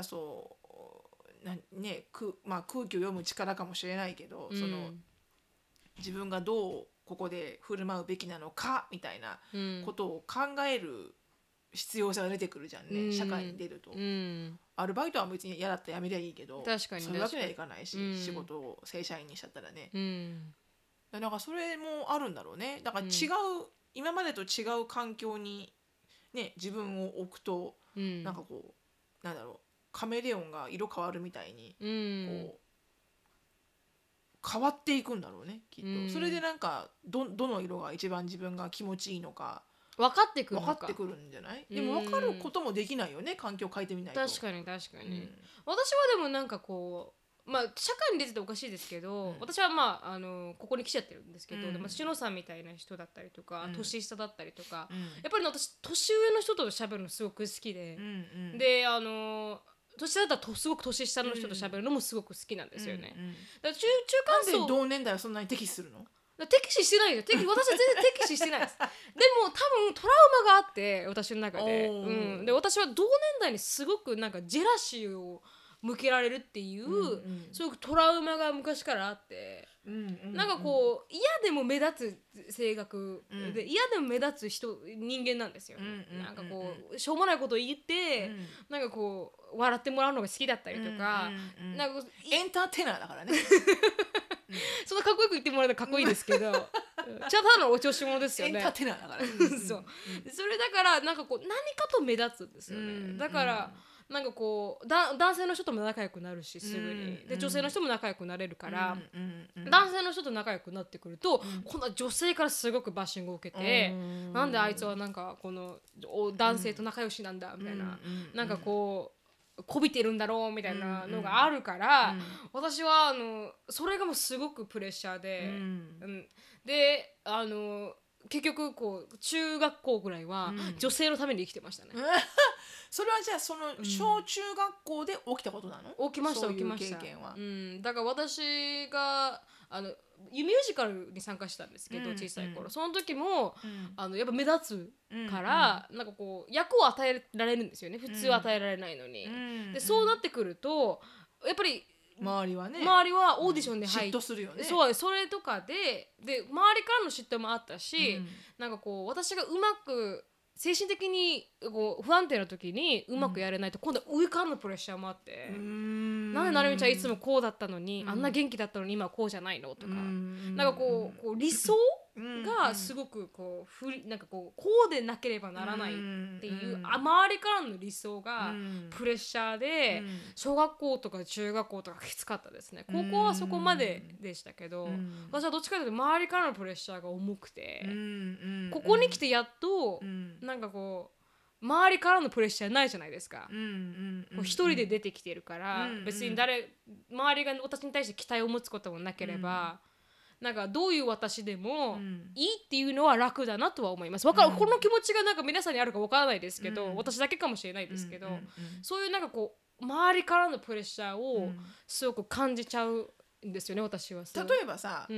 空気を読む力かもしれないけど、その自分がどうここで振る舞うべきなのかみたいなことを考える必要性が出てくるじゃんね、社会に出ると。アルバイトは別に嫌だったら辞めりゃいいけど、そういうわけにはいかないし、仕事を正社員にしちゃったらね、だからそれもあるんだろうね。だから今までと違う環境にね、自分を置くと、なんかこうなんだろう、カメレオンが色変わるみたいに、こう変わっていくんだろうね、きっと。それでなんかどの色が一番自分が気持ちいいのか分かってくるんじゃない？でも分かることもできないよね、環境変えてみないと。 確かに、私はでもなんかこう、社会に出てておかしいですけど、私はここに来ちゃってるんですけど、でもしのさんみたいな人だったりとか、年下だったりとか、やっぱり私年上の人と喋るのすごく好きで、で年下だったらすごく年下の人と喋るのもすごく好きなんですよね。だから中間層なんで同年代はそんなに敵視するの？ 敵視してないよ。私は全然敵視してないです。でも多分トラウマがあって、私の中で、で私は同年代にすごくなんかジェラシーを向けられるっていう、すごくトラウマが昔からあって、なんかこう嫌でも目立つ性格で、嫌でも目立つ人間なんですよ。なんかこうしょうもないことを言って、なんかこう笑ってもらうのが好きだったりとか、なんかエンターテイナーだからね。 そんなかっこよく言ってもらえたらかっこいいですけど、ただのお調子者ですよね。 エンターテイナーだから。 そう。それだからなんかこう何かと目立つんですよね。だからなんかこう男性の人とも仲良くなるしすぐに、で女性の人も仲良くなれるから、男性の人と仲良くなってくると、今度は女性からすごくバッシングを受けて、なんであいつはなんかこの男性と仲良しなんだみたいな、なんかこうこびてるんだろうみたいなのがあるから、私はそれがもうすごくプレッシャーで、で結局こう中学校ぐらいは女性のために生きてましたね。 それはじゃあその小中学校で起きたことなの？ 起きました、起きました。だから私がミュージカルに参加したんですけど、小さい頃その時も、やっぱ目立つから、なんかこう役を与えられるんですよね、普通は与えられないのに。でそうなってくるとやっぱり周りはオーディションで入って、 嫉妬するよね。 そう、それとかで周りからの嫉妬もあったし、なんかこう私がうまく精神的にこう不安定な時にうまくやれないと、今度は上からのプレッシャーもあって、なんでなるみちゃんいつもこうだったのに、あんな元気だったのに今はこうじゃないのとか、なんかこう理想がすごくこうなんかこうでなければならないっていう周りからの理想がプレッシャーで、小学校とか中学校とかきつかったですね。高校はそこまででしたけど、私はどっちかというと周りからのプレッシャーが重くて、ここに来てやっとなんかこう周りからのプレッシャーないじゃないですか。一人で出てきてるから、別に周りが私に対して期待を持つこともなければ、なんかどういう私でもいいっていうのは楽だなとは思います。この気持ちがなんか皆さんにあるかわからないですけど、私だけかもしれないですけど、そういうなんかこう周りからのプレッシャーをすごく感じちゃうんですよね、私は。 例えばさ、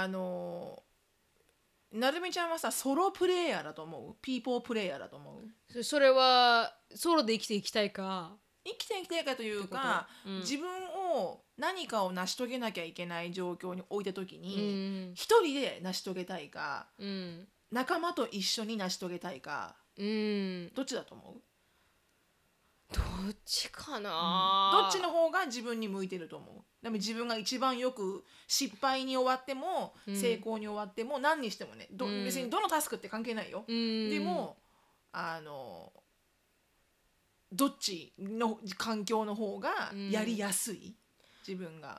なるみちゃんはさソロプレイヤーだと思う？ピーポープレイヤーだと思う？ それはソロで生きていきたいか、 生きていきたいかというか、自分を何かを成し遂げなきゃいけない状況に置いた時に、一人で成し遂げたいか、仲間と一緒に成し遂げたいか、どっちだと思う？ どっちかな、 どっちの方が自分に向いてると思う？でも自分が一番よく失敗に終わっても、成功に終わっても何にしてもね、別にどのタスクって関係ないよ、でもどっちの環境の方がやりやすい、自分が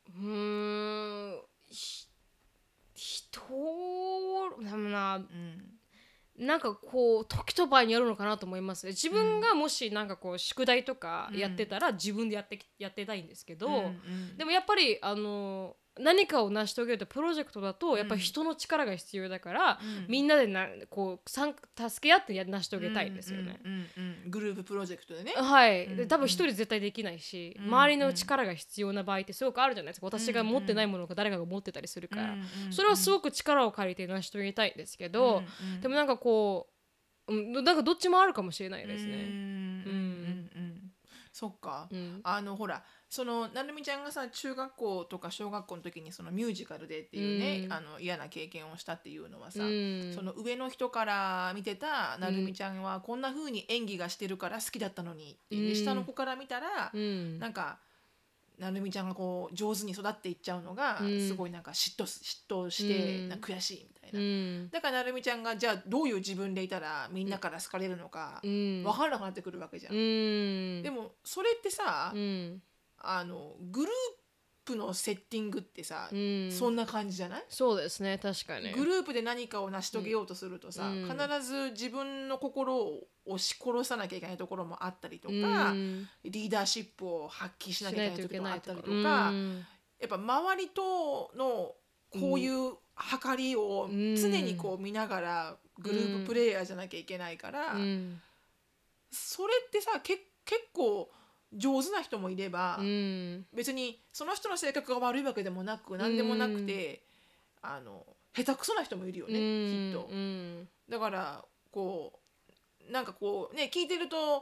人でもな、なんかこう時と場合によるのかなと思いますね。自分がもしなんかこう宿題とかやってたら自分でやってたいんですけど、でもやっぱり何かを成し遂げるとプロジェクトだとやっぱり人の力が必要だから、みんなでこう助け合って成し遂げたいんですよね。 グループプロジェクトでね。 はい、で多分一人絶対できないし、周りの力が必要な場合ってすごくあるじゃないですか。私が持ってないものが誰かが持ってたりするから、それはすごく力を借りて成し遂げたいんですけど、でもなんかこう、なんかどっちもあるかもしれないですね。 そっか、ほらそのなるみちゃんがさ中学校とか小学校の時にそのミュージカルでっていうね、嫌な経験をしたっていうのはさ、その上の人から見てたなるみちゃんはこんな風に演技がしてるから好きだったのにって、下の子から見たら、なんかなるみちゃんがこう上手に育っていっちゃうのが、すごいなんか嫉妬して、なんか悔しいみたいな、だからなるみちゃんがじゃあどういう自分でいたらみんなから好かれるのか分からなくなってくるわけじゃん。でもそれってさ、グループのセッティングってさ、そんな感じじゃない？ そうですね、確かに。 グループで何かを成し遂げようとするとさ、必ず自分の心を押し殺さなきゃいけないところもあったりとか、リーダーシップを発揮しなきゃいけない時もあったりとか、やっぱ周りとのこういう計りを常にこう見ながらグループプレイヤーじゃなきゃいけないから、それってさ結構上手な人もいれば、別にその人の性格が悪いわけでもなく何でもなくて、下手くそな人もいるよね、きっと。だからこうなんかこうね聞いてると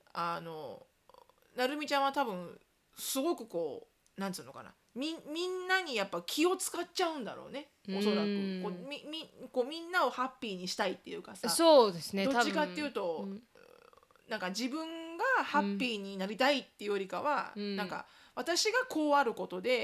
なるみちゃんは多分すごくこうなんつうのかな、みんなにやっぱ気を使っちゃうんだろうね、おそらくこうみんなをハッピーにしたいっていうかさ、 そうですね、 どっちかっていうと、なんか自分がハッピーになりたいっていうよりかは、なんか私がこうあることで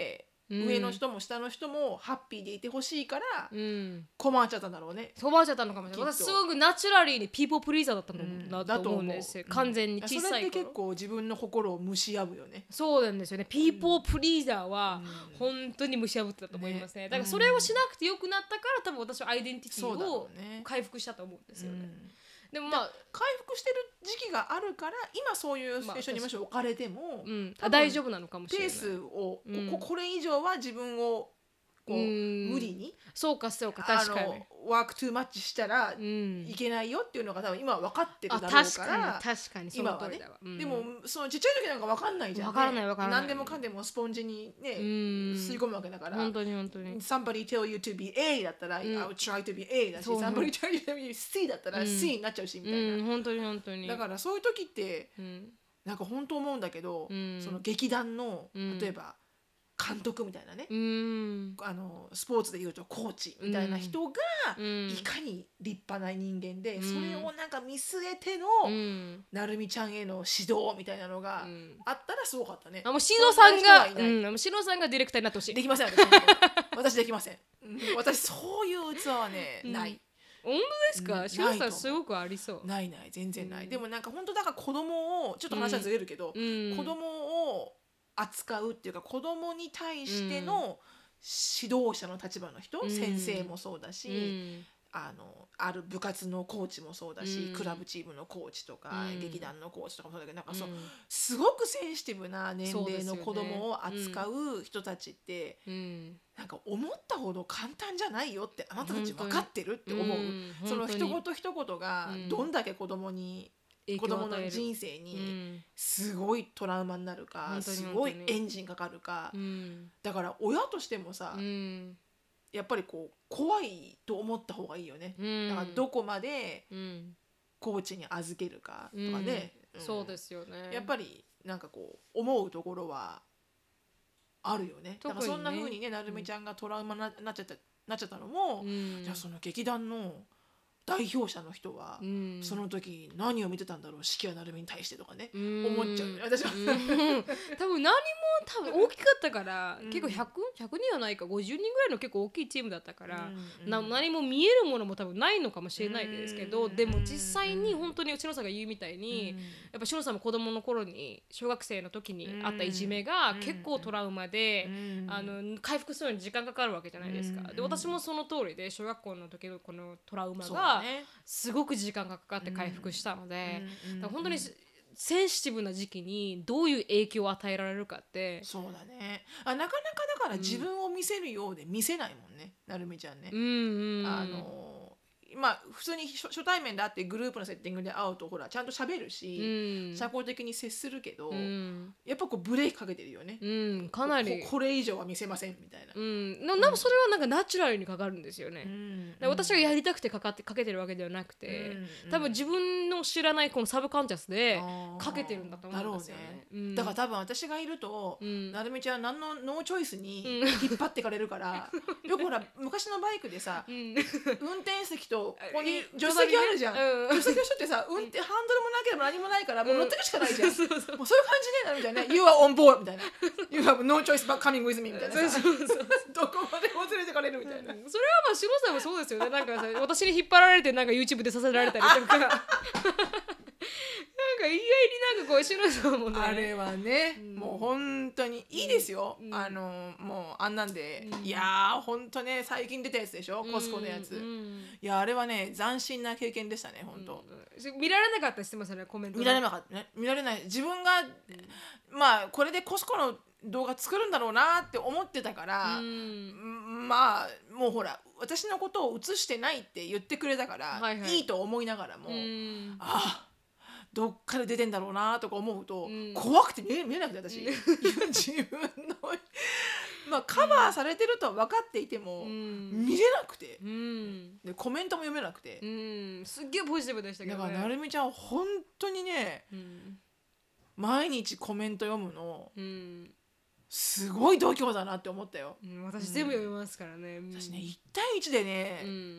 上の人も下の人もハッピーでいてほしいからうん困っちゃったんだろうね。 飛ばしちゃったのかもしれない。 きっと私すごくナチュラリーにピーポープリーザーだったのうんだと思うんですよ、完全に小さいそれって結頃。 構自分の心を蒸し破るよね。 そうなんですよね。ピーポープリーザーは本当に蒸し破ってたと思いますね。だからそれをしなくてよくなったから多分私はアイデンティティそうだろをうね回復したと思うんですよね。 うんでもまあ、 回復してる時期があるから今そういうシチュエーションにもし置かれても、多分大丈夫なのかもしれない。 ペースを、 うんこれ以上は自分をこう無理にそうかそうか、確かにワークトゥーマッチしたらいけないよっていうのが多分今は分かってるだろうから、 確かにその通りだわ。 でもそのちっちゃい時なんか分かんないじゃん、ね、 分からない分からない。 何でもかんでもスポンジにね吸い込むわけだから、 本当に本当に Somebody tell you to be A だったら、I will try to be A だし、Somebody tell you to be C だったら C になっちゃうしみたいな、 本当に本当に。 だからそういう時って、なんか本当思うんだけど、その劇団の例えば監督みたいなね、スポーツでいうとコーチみたいな人がいかに立派な人間で、それをなんか見据えてのなるみちゃんへの指導みたいなのがあったらすごかったね。 もうシノさんがシノさんがディレクターになってほしい。 できません私できません。私そういう器はねない。 本当ですか？シノさんすごくありそう。 ない全然ない。でもなんか本当だから子供をちょっと話はずれるけど、子供を扱うっていうか子供に対しての指導者の立場の人、先生もそうだし、ある部活のコーチもそうだし、クラブチームのコーチとか、劇団のコーチとかもそうだけど、なんかそう、すごくセンシティブな年齢の子供を扱う人たちって、なんか思ったほど簡単じゃないよってあなたたち分かってるって思う。その一言一言がどんだけ子供の人生にすごいトラウマになるか、すごいエンジンかかるか、だから親としてもさ、やっぱりこう怖いと思った方がいいよね。だからどこまでコーチに預けるかとかね、 そうですよね。 やっぱりなんかこう思うところはあるよね。だからそんな風にね、なるみちゃんがトラウマになっちゃったのも、じゃあその劇団の代表者の人は、その時何を見てたんだろう、四季なるみに対してとかね、思っちゃう、私は多分大きかったから、結構100人はないか50人ぐらいの結構大きいチームだったから、何も見えるものも多分ないのかもしれないですけど、でも実際に本当にしのさんが言うみたいに、やっぱしのさんも子供の頃に小学生の時にあったいじめが結構トラウマで、回復するのに時間かかるわけじゃないですか。で私もその通りで小学校の時のこのトラウマがすごく時間がかかって回復したので、だから本当にセンシティブな時期にどういう影響を与えられるかって。 そうだね。なかなかだから自分を見せるようで見せないもんね、なるみちゃんね。まあ普通に初対面で会ってグループのセッティングで会うとほらちゃんと喋るし、社交的に接するけど、やっぱこうブレーキかけてるよね。 かなりこれ以上は見せませんみたいな。 なんかそれはなんかナチュラルにかかるんですよね。私がやりたくてかけてるわけではなくて、多分自分の知らないこのサブコンシャスでかけてるんだと思うんですよね。 だから多分私がいると、なるみちゃんは何のノーチョイスに引っ張ってかれるから、よくほら昔のバイクでさ、運転席とここに助手席あるじゃん。助手席の人ってさ、ハンドルもなければ何もないからもう乗ってくしかないじゃん。もうそういう感じね、なるみたいな。You are on board みたいな。You have no choice but coming with me みたいなさ。どこまでも連れてかれるみたいな。それはまあシロさんもそうですよね。なんかさ、私に引っ張られてなんか YouTube でさせられたりとか。なんか意外になんかこうシロさんもね。 あれはね、もう本当にいいですよ。もうあんなんで、いやー本当ね、最近出たやつでしょ、コスコのやつ。いやあれはね、斬新な経験でしたね、本当。 見られなかったりしてますよね、コメント。 見られなかったね。見られない。自分がまあこれでコスコの動画作るんだろうなって思ってたから、まあもうほら私のことを映してないって言ってくれたから、いいと思いながらも、どっから出てんだろうなとか思うと、怖くて見えなくて、私自分のまあカバーされてるとは分かっていても、見れなくて、でコメントも読めなくて、 すっげえポジティブでしたけどね。 だからなるみちゃん本当にね、毎日コメント読むの、すごい度胸だなって思ったよ。 私全部読みますからね。 私ね、1対1でね、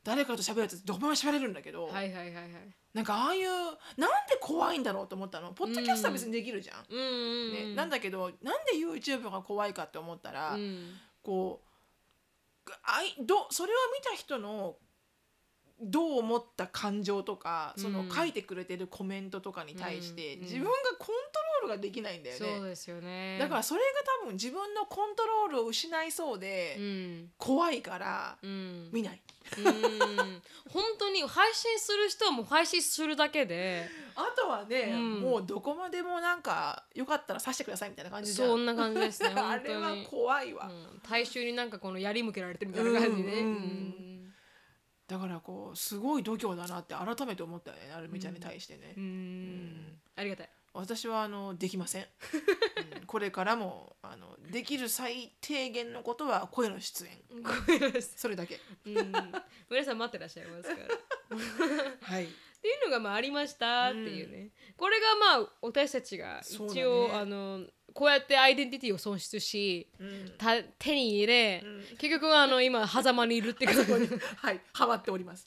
誰かと喋るやつどこも喋れるんだけど、 はいはいはいはい。 なんかああいうなんで怖いんだろうと思ったの。ポッドキャストは別にできるじゃん、ね、なんだけどなんで YouTube が怖いかって思ったら、こうそれを見た人のどう思った感情とか、その書いてくれてるコメントとかに対して自分がコントロールができないんだよね。 そうですよね。 だからそれが多分自分のコントロールを失いそうで、怖いから見ない。 本当に配信する人はもう配信するだけで、 あとはね、もうどこまでもなんかよかったらさしてくださいみたいな感じじゃん。 そんな感じですね。 あれは怖いわ。 大衆になんかこの槍向けられてるみたいな感じね。 だからこうすごい度胸だなって改めて思ったよね、なるみちゃんに対してね。 ありがたい。 私はできません。これからもできる最低限のことは声の出演。それだけ。 皆さん待ってらっしゃいますから。 はい。 っていうのがまあありましたっていうね。これがまあ私たちが一応こうやってアイデンティティを損失し、手に入れ、結局今狭間にいるってことにはい、ハマっております。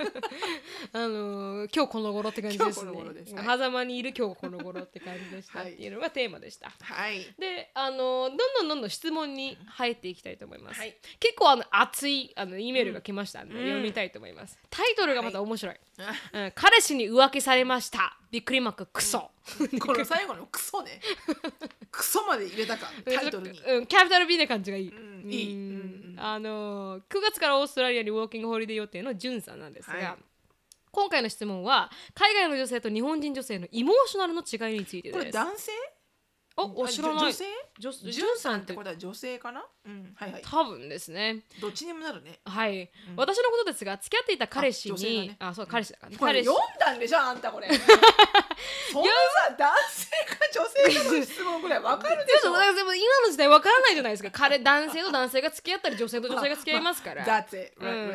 今日この頃って感じですね。狭間にいる今日この頃って感じでしたっていうのがテーマでした。 はい。 でどんどん質問に入っていきたいと思います。結構熱いE メールが来ましたので読みたいと思います。タイトルがまた面白い。彼氏に浮気されました。びっくりマーククソ。 この最後のクソね。クソまで入れたかタイトルに。 キャピタル B な感じがいい。9月からオーストラリアにウォーキングホリデー予定のジュンさんなんですが、今回の質問は海外の女性と日本人女性のイモーショナルの違いについてです。 これ男性？ 知らない。 女性？ジュンさんってことは女性かな？はいはい。 多分ですね。 どっちにもなるね。 はい。私のことですが、付き合っていた彼氏に、そう彼氏だから。 これ読んだんでしょあんたこれ。そんなさ男性か女性かの質問ぐらいわかるでしょ。 でも今の時代わからないじゃないですか。男性と男性が付き合ったり女性と女性が付き合いますから。 だって。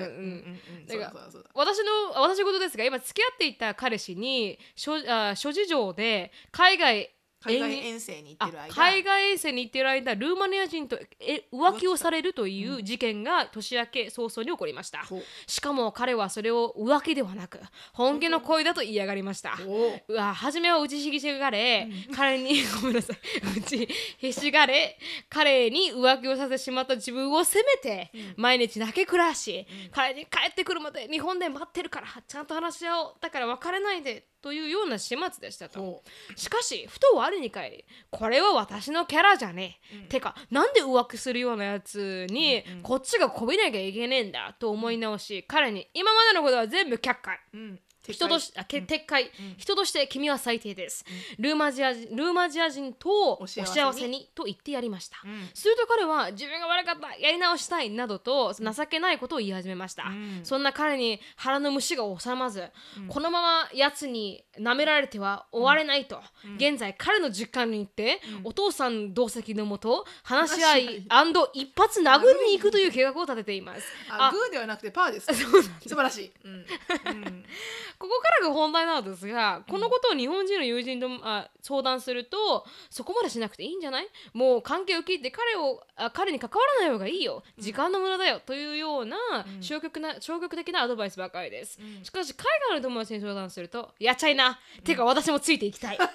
私事ですが、今付き合っていた彼氏に諸事情で海外遠征に行ってる間、 海外遠征に行っている間、ルーマニア人と浮気をされるという事件が年明け早々に起こりました。しかも彼はそれを浮気ではなく本気の恋だと言いやがりました。初めは打ちひしがれ、彼にごめんなさい、打ちひしがれ彼に浮気をさせてしまった自分を責めて、毎日泣け暮らし、彼に帰ってくるまで日本で待ってるからちゃんと話し合おう、だから別れないでというような始末でしたと。しかしふと我に返り、これは私のキャラじゃねえ、てかなんで浮気するようなやつにこっちがこびなきゃいけねえんだと思い直し、彼に今までのことは全部却下、撤回、人として君は最低です、ルーマジア人とお幸せにと言ってやりました。すると彼は自分が悪かった、やり直したいなどと情けないことを言い始めました。そんな彼に腹の虫が収まず、このまま奴に舐められては終われないと、現在彼の実家に行って、お父さん同席のもと話し合い一発殴りに行くという計画を立てています。 グーではなくてパーです。素晴らしい。 ここからが本題なのですが、このことを日本人の友人と相談すると、そこまでしなくていいんじゃない、もう関係を切って彼に関わらない方がいいよ、時間の無駄だよというような消極的なアドバイスばかりです。しかし海外の友達に相談すると、やっちゃいな、てか私もついていきたい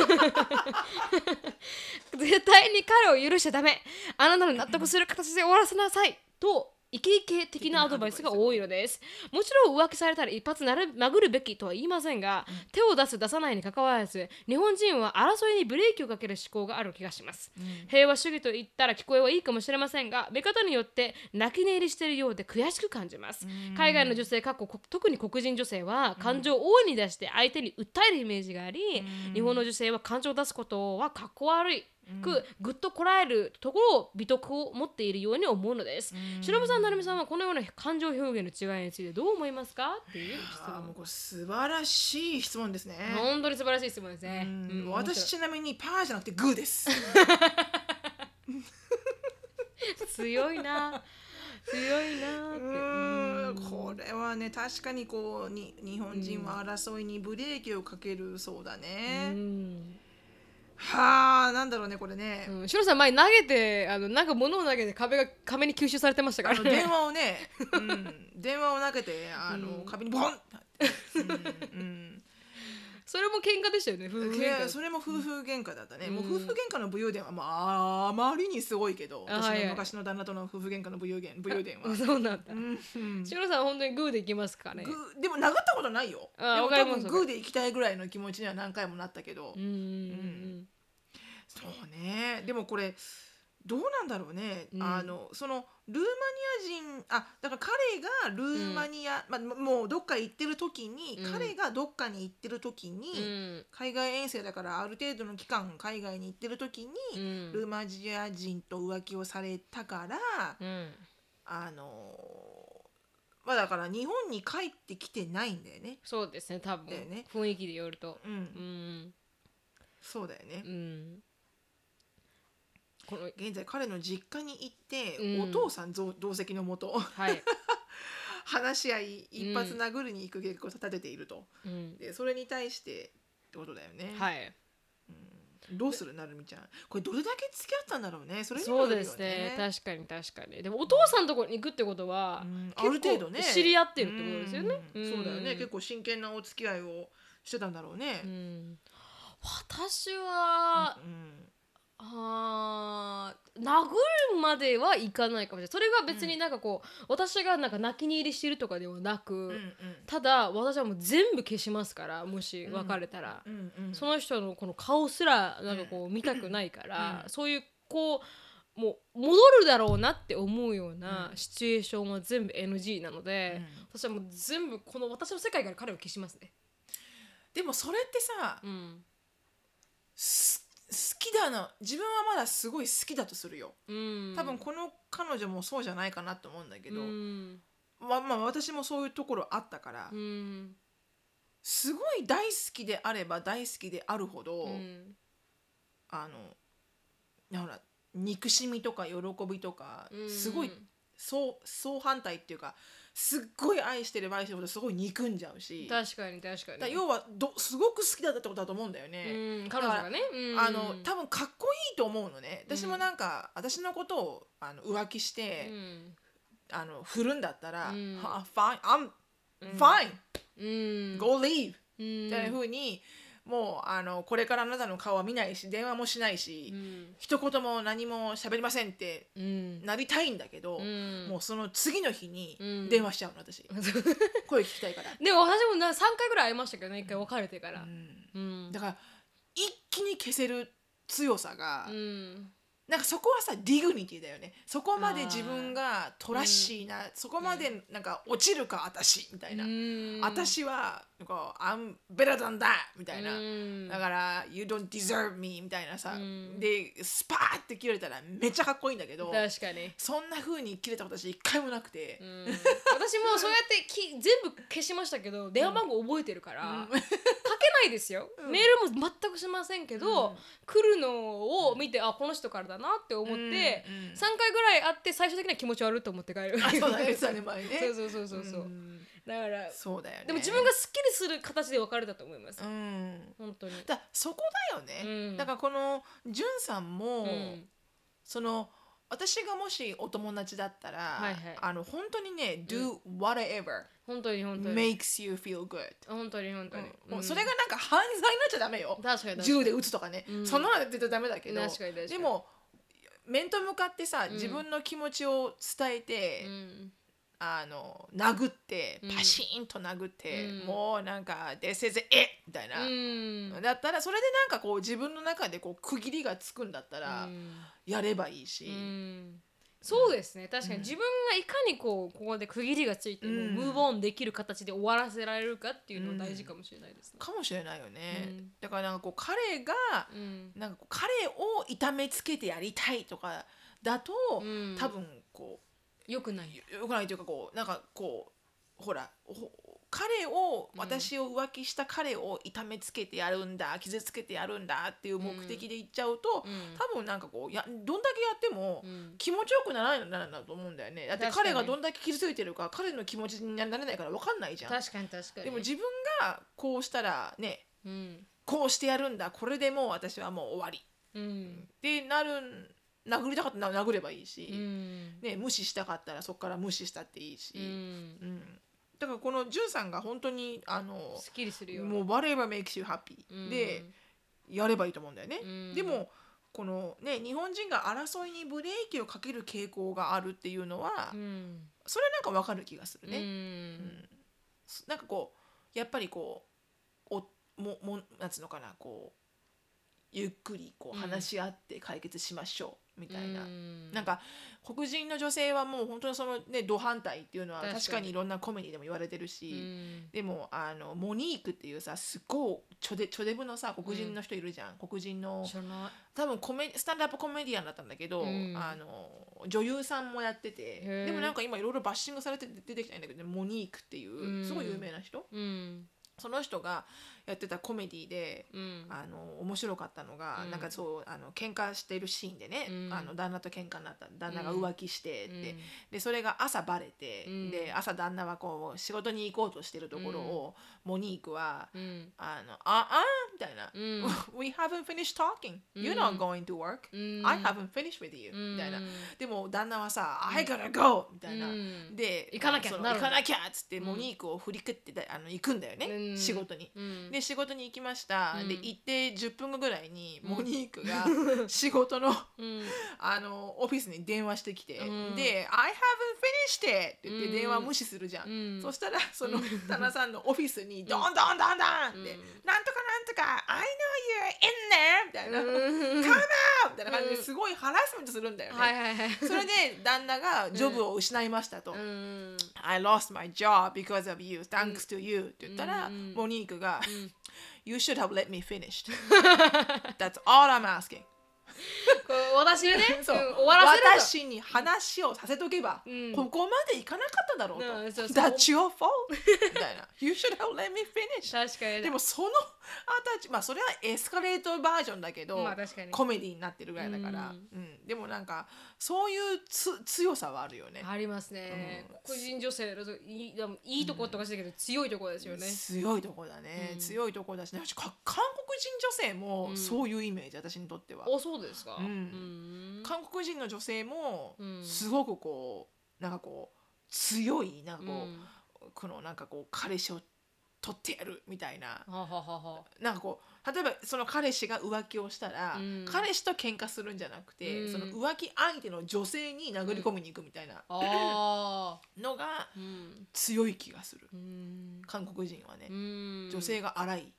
絶対に彼を許しちゃダメ、あなたの納得する形で終わらせなさいとイケイケ的なアドバイスが多いのです。もちろん浮気されたら一発殴るべきとは言いませんが、手を出す出さないに関わらず、日本人は争いにブレーキをかける思考がある気がします。平和主義と言ったら聞こえはいいかもしれませんが、見方によって泣き寝入りしているようで悔しく感じます。海外の女性特に黒人女性は感情を大いに出して相手に訴えるイメージがあり、日本の女性は感情を出すことはかっこ悪いぐっとこらえるところを美徳を持っているように思うのです。しのぶさん、なるみさんはこのような感情表現の違いについてどう思いますかっていう質問。 これ素晴らしい質問ですね。 本当に素晴らしい質問ですね。 私ちなみにパーじゃなくてグーです。 強いな強いな。 これはね、確かにこう日本人は争いにブレーキをかけるそうだね。はあ、ななんだろうねこれね、 シロさん前投げてなんか物を投げて壁に吸収されてましたからね。 電話をね、電話を投げて壁にボンって、 それも喧嘩でしたよね。夫婦喧嘩。 それも夫婦喧嘩だったね。もう夫婦喧嘩の武勇伝はあまりにすごいけど、私の昔の旦那との夫婦喧嘩の武勇伝は。 そうなんだ。シロさん本当にグーでいきますかね。 でも殴ったことないよ。でも多分グーで行きたいぐらいの気持ちには何回もなったけど。そうね。でもこれどうなんだろうね。そのルーマニア人だから彼がルーマニア、もうどっか行ってる時に、彼がどっかに行ってる時に、海外遠征だからある程度の期間海外に行ってる時に、ルーマニア人と浮気をされたから、だから日本に帰ってきてないんだよね。 そうですね、多分ね、雰囲気でよると。 そうだよね。現在彼の実家に行って、お父さん同席のもと、話し合い一発殴りに行く計画を立てていると、でそれに対してってことだよね。どうするなるみちゃん、これどれだけ付き合ったんだろうね。それにもよるよね。 そうですね、確かに。でもお父さんのところに行くってことは、 ある程度ね知り合ってるってことですよね。 そうだよね、結構真剣なお付き合いをしてたんだろうね。 私は殴るまではいかないかもしれない。それが別になんかこう、私がなんか泣き寝入りしてるとかではなく、ただ私はもう全部消しますから、もし別れたら、その人のこの顔すらなんかこう見たくないから、そういうこうもう戻るだろうなって思うようなシチュエーションは全部 NG なので、私はもう全部この私の世界から彼を消しますね。 でもそれってさ、好きだな、自分はまだすごい好きだとするよ。多分この彼女もそうじゃないかなと思うんだけど、私もそういうところあったから、すごい大好きであれば大好きであるほど、ほら憎しみとか喜びとか、すごい相反対っていうか、すっごい愛してるほどすごい憎んじゃうし。 確かに要はすごく好きだったってことだと思うんだよね。 彼女がね、 多分かっこいいと思うのね。私もなんか、私のことを浮気して、振るんだったら、fine, I'm fine, go leave みたいな風に、もうこれからあなたの顔は見ないし電話もしないし、一言も何も喋りませんってなりたいんだけど、もうその次の日に電話しちゃうの私。声聞きたいから。 でも私も3回ぐらい会いましたけどね、1回別れてから。 だから一気に消せる強さが、なんかそこはさディグニティだよね。そこまで自分がトラッシーな、そこまでなんか落ちるか私みたいな、私はなんか I'm better than that みたいな、だから You don't deserve me みたいなさ、でスパーって切れたらめっちゃかっこいいんだけど、 確かにそんな風に切れた私一回もなくて、 私もそうやって全部消しましたけど、電話番号覚えてるから、かけないですよ、メールも全くしませんけど、来るのを見て、この人からだなって思って、3回ぐらい会って最終的には気持ち悪いと思って帰る。 そうだね、前ね。 そうだからそうだよね。 でも自分がすっきりする形で別れたと思います。本当に。 そこだよね。だからこのじゅんさんも、その私がもしお友達だったら、本当にね、do whatever 本当に makes you feel good。 本当にそれがなんか犯罪になっちゃダメよ。銃で撃つとかね、そんなの絶対ダメだけど、でも面と向かってさ、自分の気持ちを伝えて、殴ってパシーンと殴って、もうなんか「This is it!」みたいな、だったらそれでなんかこう自分の中でこう区切りがつくんだったらやればいいし、 そうですね、確かに自分がいかにここで区切りがついてもムーブオンできる形で終わらせられるかっていうのは大事かもしれないですね。 かもしれないよね。だからなんかこう彼がなんかこう彼を痛めつけてやりたいとかだと、多分こうよくないというか、こうなんかこうほら私を浮気した彼を痛めつけてやるんだ、傷つけてやるんだっていう目的で言っちゃうと、多分なんかこうどんだけやっても気持ちよくならないんだと思うんだよね。だって彼がどんだけ傷ついてるか彼の気持ちになれないから分かんないじゃん。 確かにでも自分がこうしたらね、こうしてやるんだ、これでもう私はもう終わりで殴りたかったら殴ればいいし、ね、無視したかったらそこから無視したっていいし、だからこのジュンさんが本当にすっきりするよもう whatever makes you happy でやればいいと思うんだよね。でもこのね日本人が争いにブレーキをかける傾向があるっていうのは、それはなんかわかる気がするね。なんかこうやっぱりこうなんつうのかなこうゆっくりこう話し合って解決しましょうみたいな、なんか黒人の女性はもう本当にそのねド反対っていうのは確かにいろんなコメディでも言われてるし、でもモニークっていうさすっごいチョデブのさ黒人の人いるじゃん、黒人の多分スタンダップコメディアンだったんだけど、女優さんもやってて、でもなんか今いろいろバッシングされて出てきたんだけど、ね、モニークっていうすごい有名な人、その人がやってたコメディで、面白かったのが、なんかそう喧嘩してるシーンでね、旦那と喧嘩になった旦那が浮気してって、でそれが朝バレて、で朝旦那はこう仕事に行こうとしてるところを、モニークは、みたいな、We haven't finished talking. You're not going to work. I haven't finished with you. みたいな。でも旦那はさ、I gotta go! みたいな。で、 行かなきゃっつってモニークを振り切って行くんだよね、仕事に。で仕事に行きました、で行って10分後ぐらいにモニークが仕事の、オフィスに電話してきて、で I haven't finished it って言って電話無視するじゃん、そしたらその旦那さんのオフィスにドンドンドンドンって、なんとかなんとか I know you're in there みたいなCome out みたいな感じですごいハラスメントするんだよね、それで旦那がジョブを失いましたと、I lost my job because of you thanks to you って言ったら、モニークがYou should have let me finish. That's all I'm asking. 私にね、 そう終わらせると私に話をさせとけば、ここまでいかなかっただろうと。 そうそう That's your fault. みたいな。You should have let me finish. 確かにでもそのまあそれはエスカレートバージョンだけど、 まあ確かにコメディになってるぐらいだから、でもなんかそういう強さはあるよね。 ありますね、黒人女性のいいとことかしてるけど、強いとこですよね。 強いとこだね、強いとこだしね。韓国人女性もそういうイメージ、私にとっては。 そうですか、 韓国人の女性もすごくこうなんかこう強いなんかこう、このなんかこう彼氏を取ってやるみたいな、なんかこう例えばその彼氏が浮気をしたら、彼氏と喧嘩するんじゃなくて、その浮気相手の女性に殴り込みに行くみたいな、のが強い気がする、韓国人はね、女性が荒い、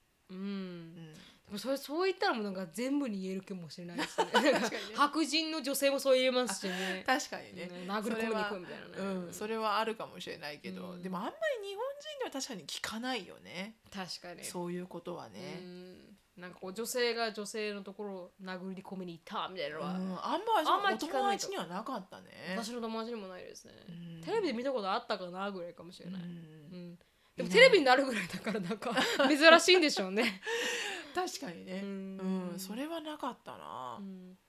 そういったらもうなんか全部に言えるかもしれないですね。白人の女性もそう言えますしね。 確かにね。 殴り込みに行くみたいなね。 それはあるかもしれないけど、でもあんまり日本人では確かに聞かないよね。 確かに。 そういうことはね。 なんかこう女性が女性のところを殴り込みに行ったみたいなのは、 あんまりお友達にはなかったね。 私の友達にもないですね。テレビで見たことあったかなぐらいかもしれない。でもテレビになるぐらいだからなんか珍しいんでしょうね。 確かにね、それはなかったな、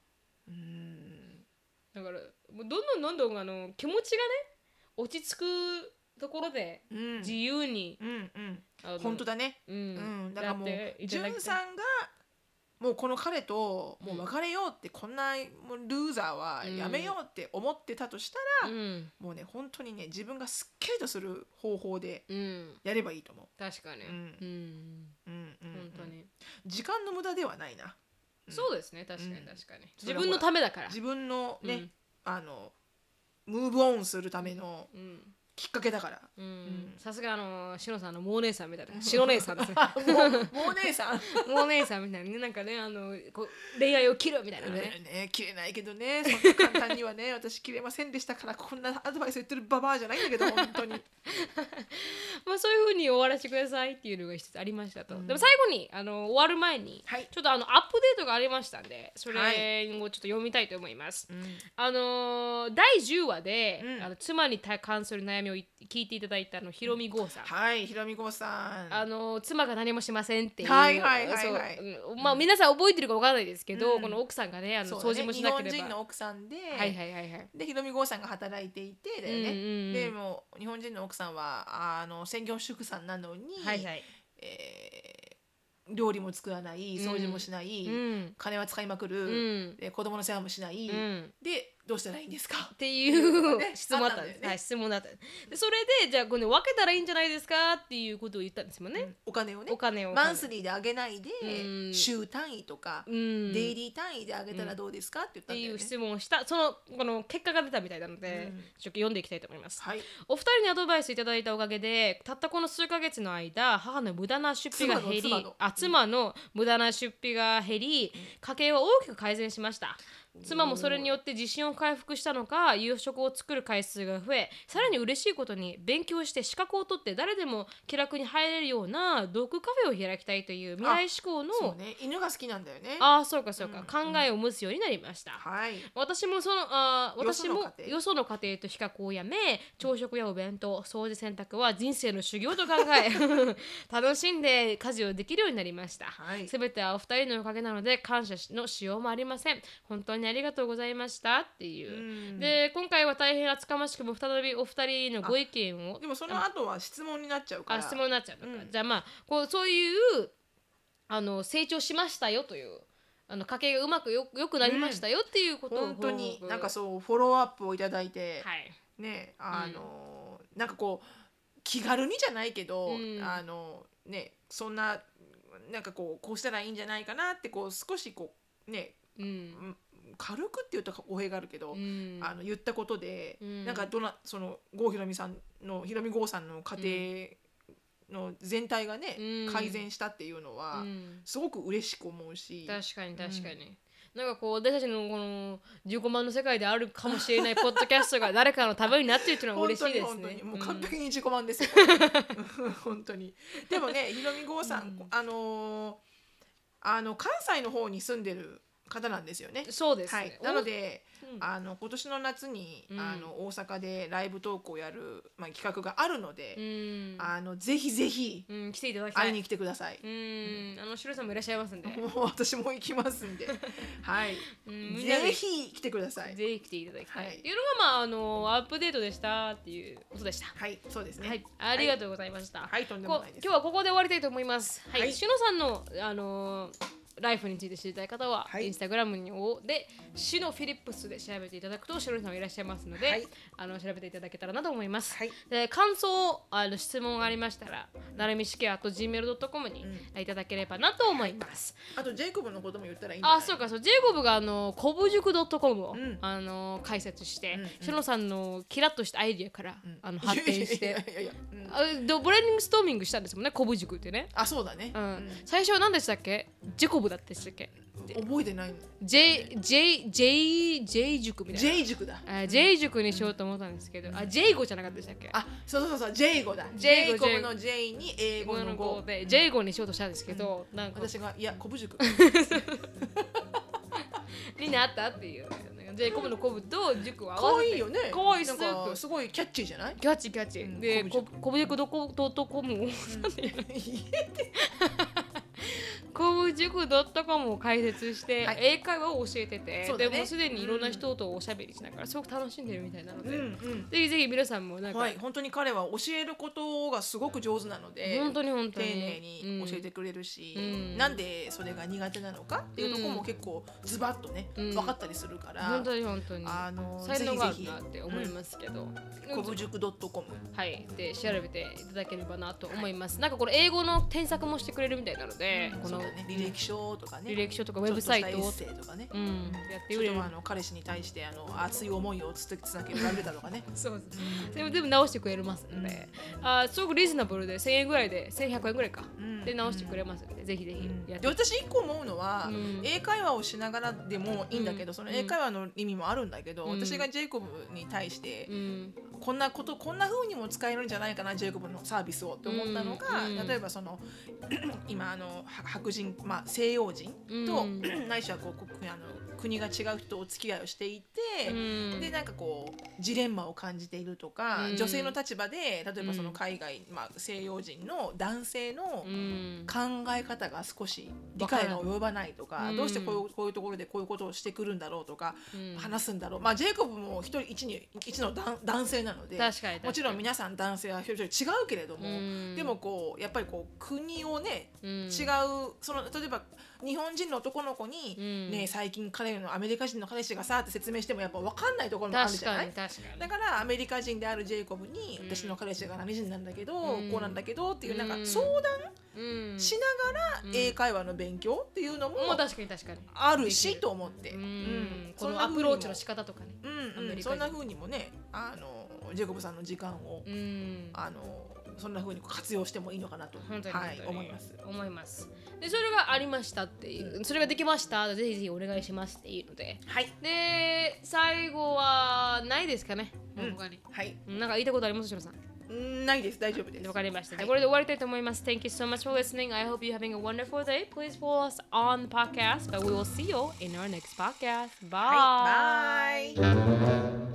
だからどんどん気持ちがね落ち着くところで自由に、 本当だね、だからもうジュンさんがもうこの彼ともう別れようって、こんなルーザーはやめようって思ってたとしたら、もうね本当にね自分がすっきりとする方法でやればいいと思う。 確かに、本当に時間の無駄ではないな。 そうですね、確かに自分のためだから、 自分のね、ムーブオンするためのきっかけだから。 さすがしのさんのモー姉さんみたいな、しの姉さんですね。 モー姉さんモー姉さんみたいなね、なんかねこう恋愛を切るみたいなね。切れないけどね、そんな簡単にはね私切れませんでしたからこんなアドバイス言ってるババアじゃないんだけど本当に。 まあそういう風に終わらせてくださいっていうのが一つありましたと。でも最後に終わる前にちょっとアップデートがありましたんで、それをちょっと読みたいと思います。第10話で妻に関する悩みを聞いていただいたひろみごうさん。 はい、ひろみごうさん。 妻が何もしませんっていう。 まあ皆さん覚えてるかわからないですけど、この奥さんがね掃除もしなければ。 日本人の奥さんで、でひろみごうさんが働いていてだよね。でも日本人の奥さんは専業主婦さんなのに、 料理も作らない、掃除もしない、金は使いまくる、で子供の世話もしない、でどうしたらいいんですかっていう質問だったんです。はい、質問だった。でそれでじゃあこの分けたらいいんじゃないですかっていうことを言ったんですもんね。 お金をね。 おマンスリーであげないで、週単位とか、デイリー単位であげたらどうですかって言ったんだよね。 っていう質問をした。この結果が出たみたいなので、ちょっと読んでいきたいと思います。 はい、 お二人にアドバイスいただいたおかげで、たったこの数ヶ月の間、母の無駄な出費が減り、妻の無駄な出費が減り、家計は大きく改善しました。妻もそれによって自信を回復したのか、夕食を作る回数が増え、さらに嬉しいことに勉強して資格を取って誰でも気楽に入れるようなドッグカフェを開きたいという未来志向の、 そうね、犬が好きなんだよね。 そうか、考えを持つようになりました。私もよその家庭と比較をやめ、朝食やお弁当、掃除洗濯は人生の修行と考え楽しんで家事をできるようになりました。すべてはお二人のおかげなので感謝のしようもありません。本当にありがとうございましたっていう。で今回は大変厚かましくも再びお二人のご意見を。 でもその後は質問になっちゃうから。 質問になっちゃうのか。じゃあそういう成長しましたよという。家計がうまくよくなりましたよっていうことを、 本当になんかそうフォローアップをいただいて、ね、なんかこう気軽にじゃないけど、ね、そんななんかこうしたらいいんじゃないかなってこう少しこうね、軽くって言うと語弊があるけど、言ったことで、なんかその郷ひろみさんのひろみ郷さんの家庭の全体がね、改善したっていうのは、すごく嬉しく思うし。 確かに、なんかこう私たちのこの15万の世界であるかもしれないポッドキャストが誰かのためになっているっていうのは嬉しいですね。 本当にもう完璧に15万ですよ、本当に。でもね、ひろみ郷さん、関西の方に住んでる方なんですよね。 そうですね。 なので、今年の夏に、大阪でライブトークをやる、企画があるので、ぜひぜひ、 来ていただきたい。 会いに来てください。 シロさんもいらっしゃいますんで。 私も行きますんで、はい。ぜひ来てください。 ぜひ来ていただきたい。っていうのがアップデートでしたっていうことでした。 はい、そうですね。 はい、ありがとうございました。 はい、とんでもないです。 今日はここで終わりたいと思います。はい、シノさんのライフについて知りたい方は、インスタグラムでシノフィリップスで調べていただくとシノさんがいらっしゃいますので、調べていただけたらなと思います。で感想質問がありましたらなるみしけ@gmail.com にいただければなと思います。 あとジェイコブのことも言ったらいいんじゃない？ そうか、ジェイコブがこぶ塾 .com を開設して、シノさんのキラッとしたアイディアから発展してブレインストーミングしたんですもんね、こぶ塾ってね。 そうだね。 最初は何でしたっけ？ジェコブだってしたっけ？ 覚えてないの。 J 塾みたいな。 J 塾だ。 J 塾にしようと思ったんですけど、J 語じゃなかったでしたっけ？ そう J 語だ。J 語の J に英語の語で J 語にしようとしたんですけど、 なんか私がいやこぶ塾になったっていう。J コブのコブと塾は可愛いよね。 可愛いすごいキャッチーじゃない？ キャッチー。でコブ塾.com をコブ塾.comを開設して英会話を教えてて、でもすでにいろんな人とおしゃべりしながらすごく楽しんでるみたいなので、ぜひぜひ皆さんもなんか、 本当に彼は教えることがすごく上手なので、 本当に丁寧に教えてくれるし、なんでそれが苦手なのかっていうところも結構ズバッとね分かったりするから、 本当に才能があるなって思いますけど、 コブ塾.com で調べていただければなと思います。なんかこれ英語の添削もしてくれるみたいなので、この履歴書とかね、 ウェブサイトエッセイとかね、 やってくれる。 彼氏に対して熱い思いをつなげるラブレターとかね、 そうです。それも全部直してくれますので、すごくリーズナブルで1000円ぐらいで1100円ぐらいかで直してくれますので、ぜひぜひやって。 で私一個思うのは、英会話をしながらでもいいんだけど、その英会話の意味もあるんだけど、私がジェイコブに対して、こんな風にも使えるんじゃないかな、ジェイコブのサービスをって思ったのが、例えばその今白人、西洋人と、ないしは国が違う人とお付き合いをしていて、でなんかこうジレンマを感じているとか、女性の立場で例えばその海外、西洋人の男性の考え方が少し理解が及ばないとか、どうしてこういうところでこういうことをしてくるんだろうとか、話すんだろう。ジェイコブも一人一の男性なので、もちろん皆さん男性は一人一人違うけれども、でもこうやっぱりこう国をね、違うその例えば日本人の男の子に、ね、最近彼のアメリカ人の彼氏がさって説明してもやっぱ分かんないところもあるじゃない。だからアメリカ人であるジェイコブに、私の彼氏が何人なんだけど、こうなんだけどっていうなんか相談しながら英会話の勉強っていうのもあるしと思って、 このアプローチの仕方とかね、 そんな風にもねジェイコブさんの時間をそんな風に活用してもいいのかなと、思います。 でそれがありましたっていう、それができました、ぜひぜひお願いしますっていうので、で最後はないですかね、他に、なんか言いたいことあります？しろさん。 ないです、大丈夫です。 わかりました。これで終わりたいと思います。Thank you so much for listening. I hope you're having a wonderful day. Please follow us on the podcast, but we will see you in our next podcast. Bye. Bye.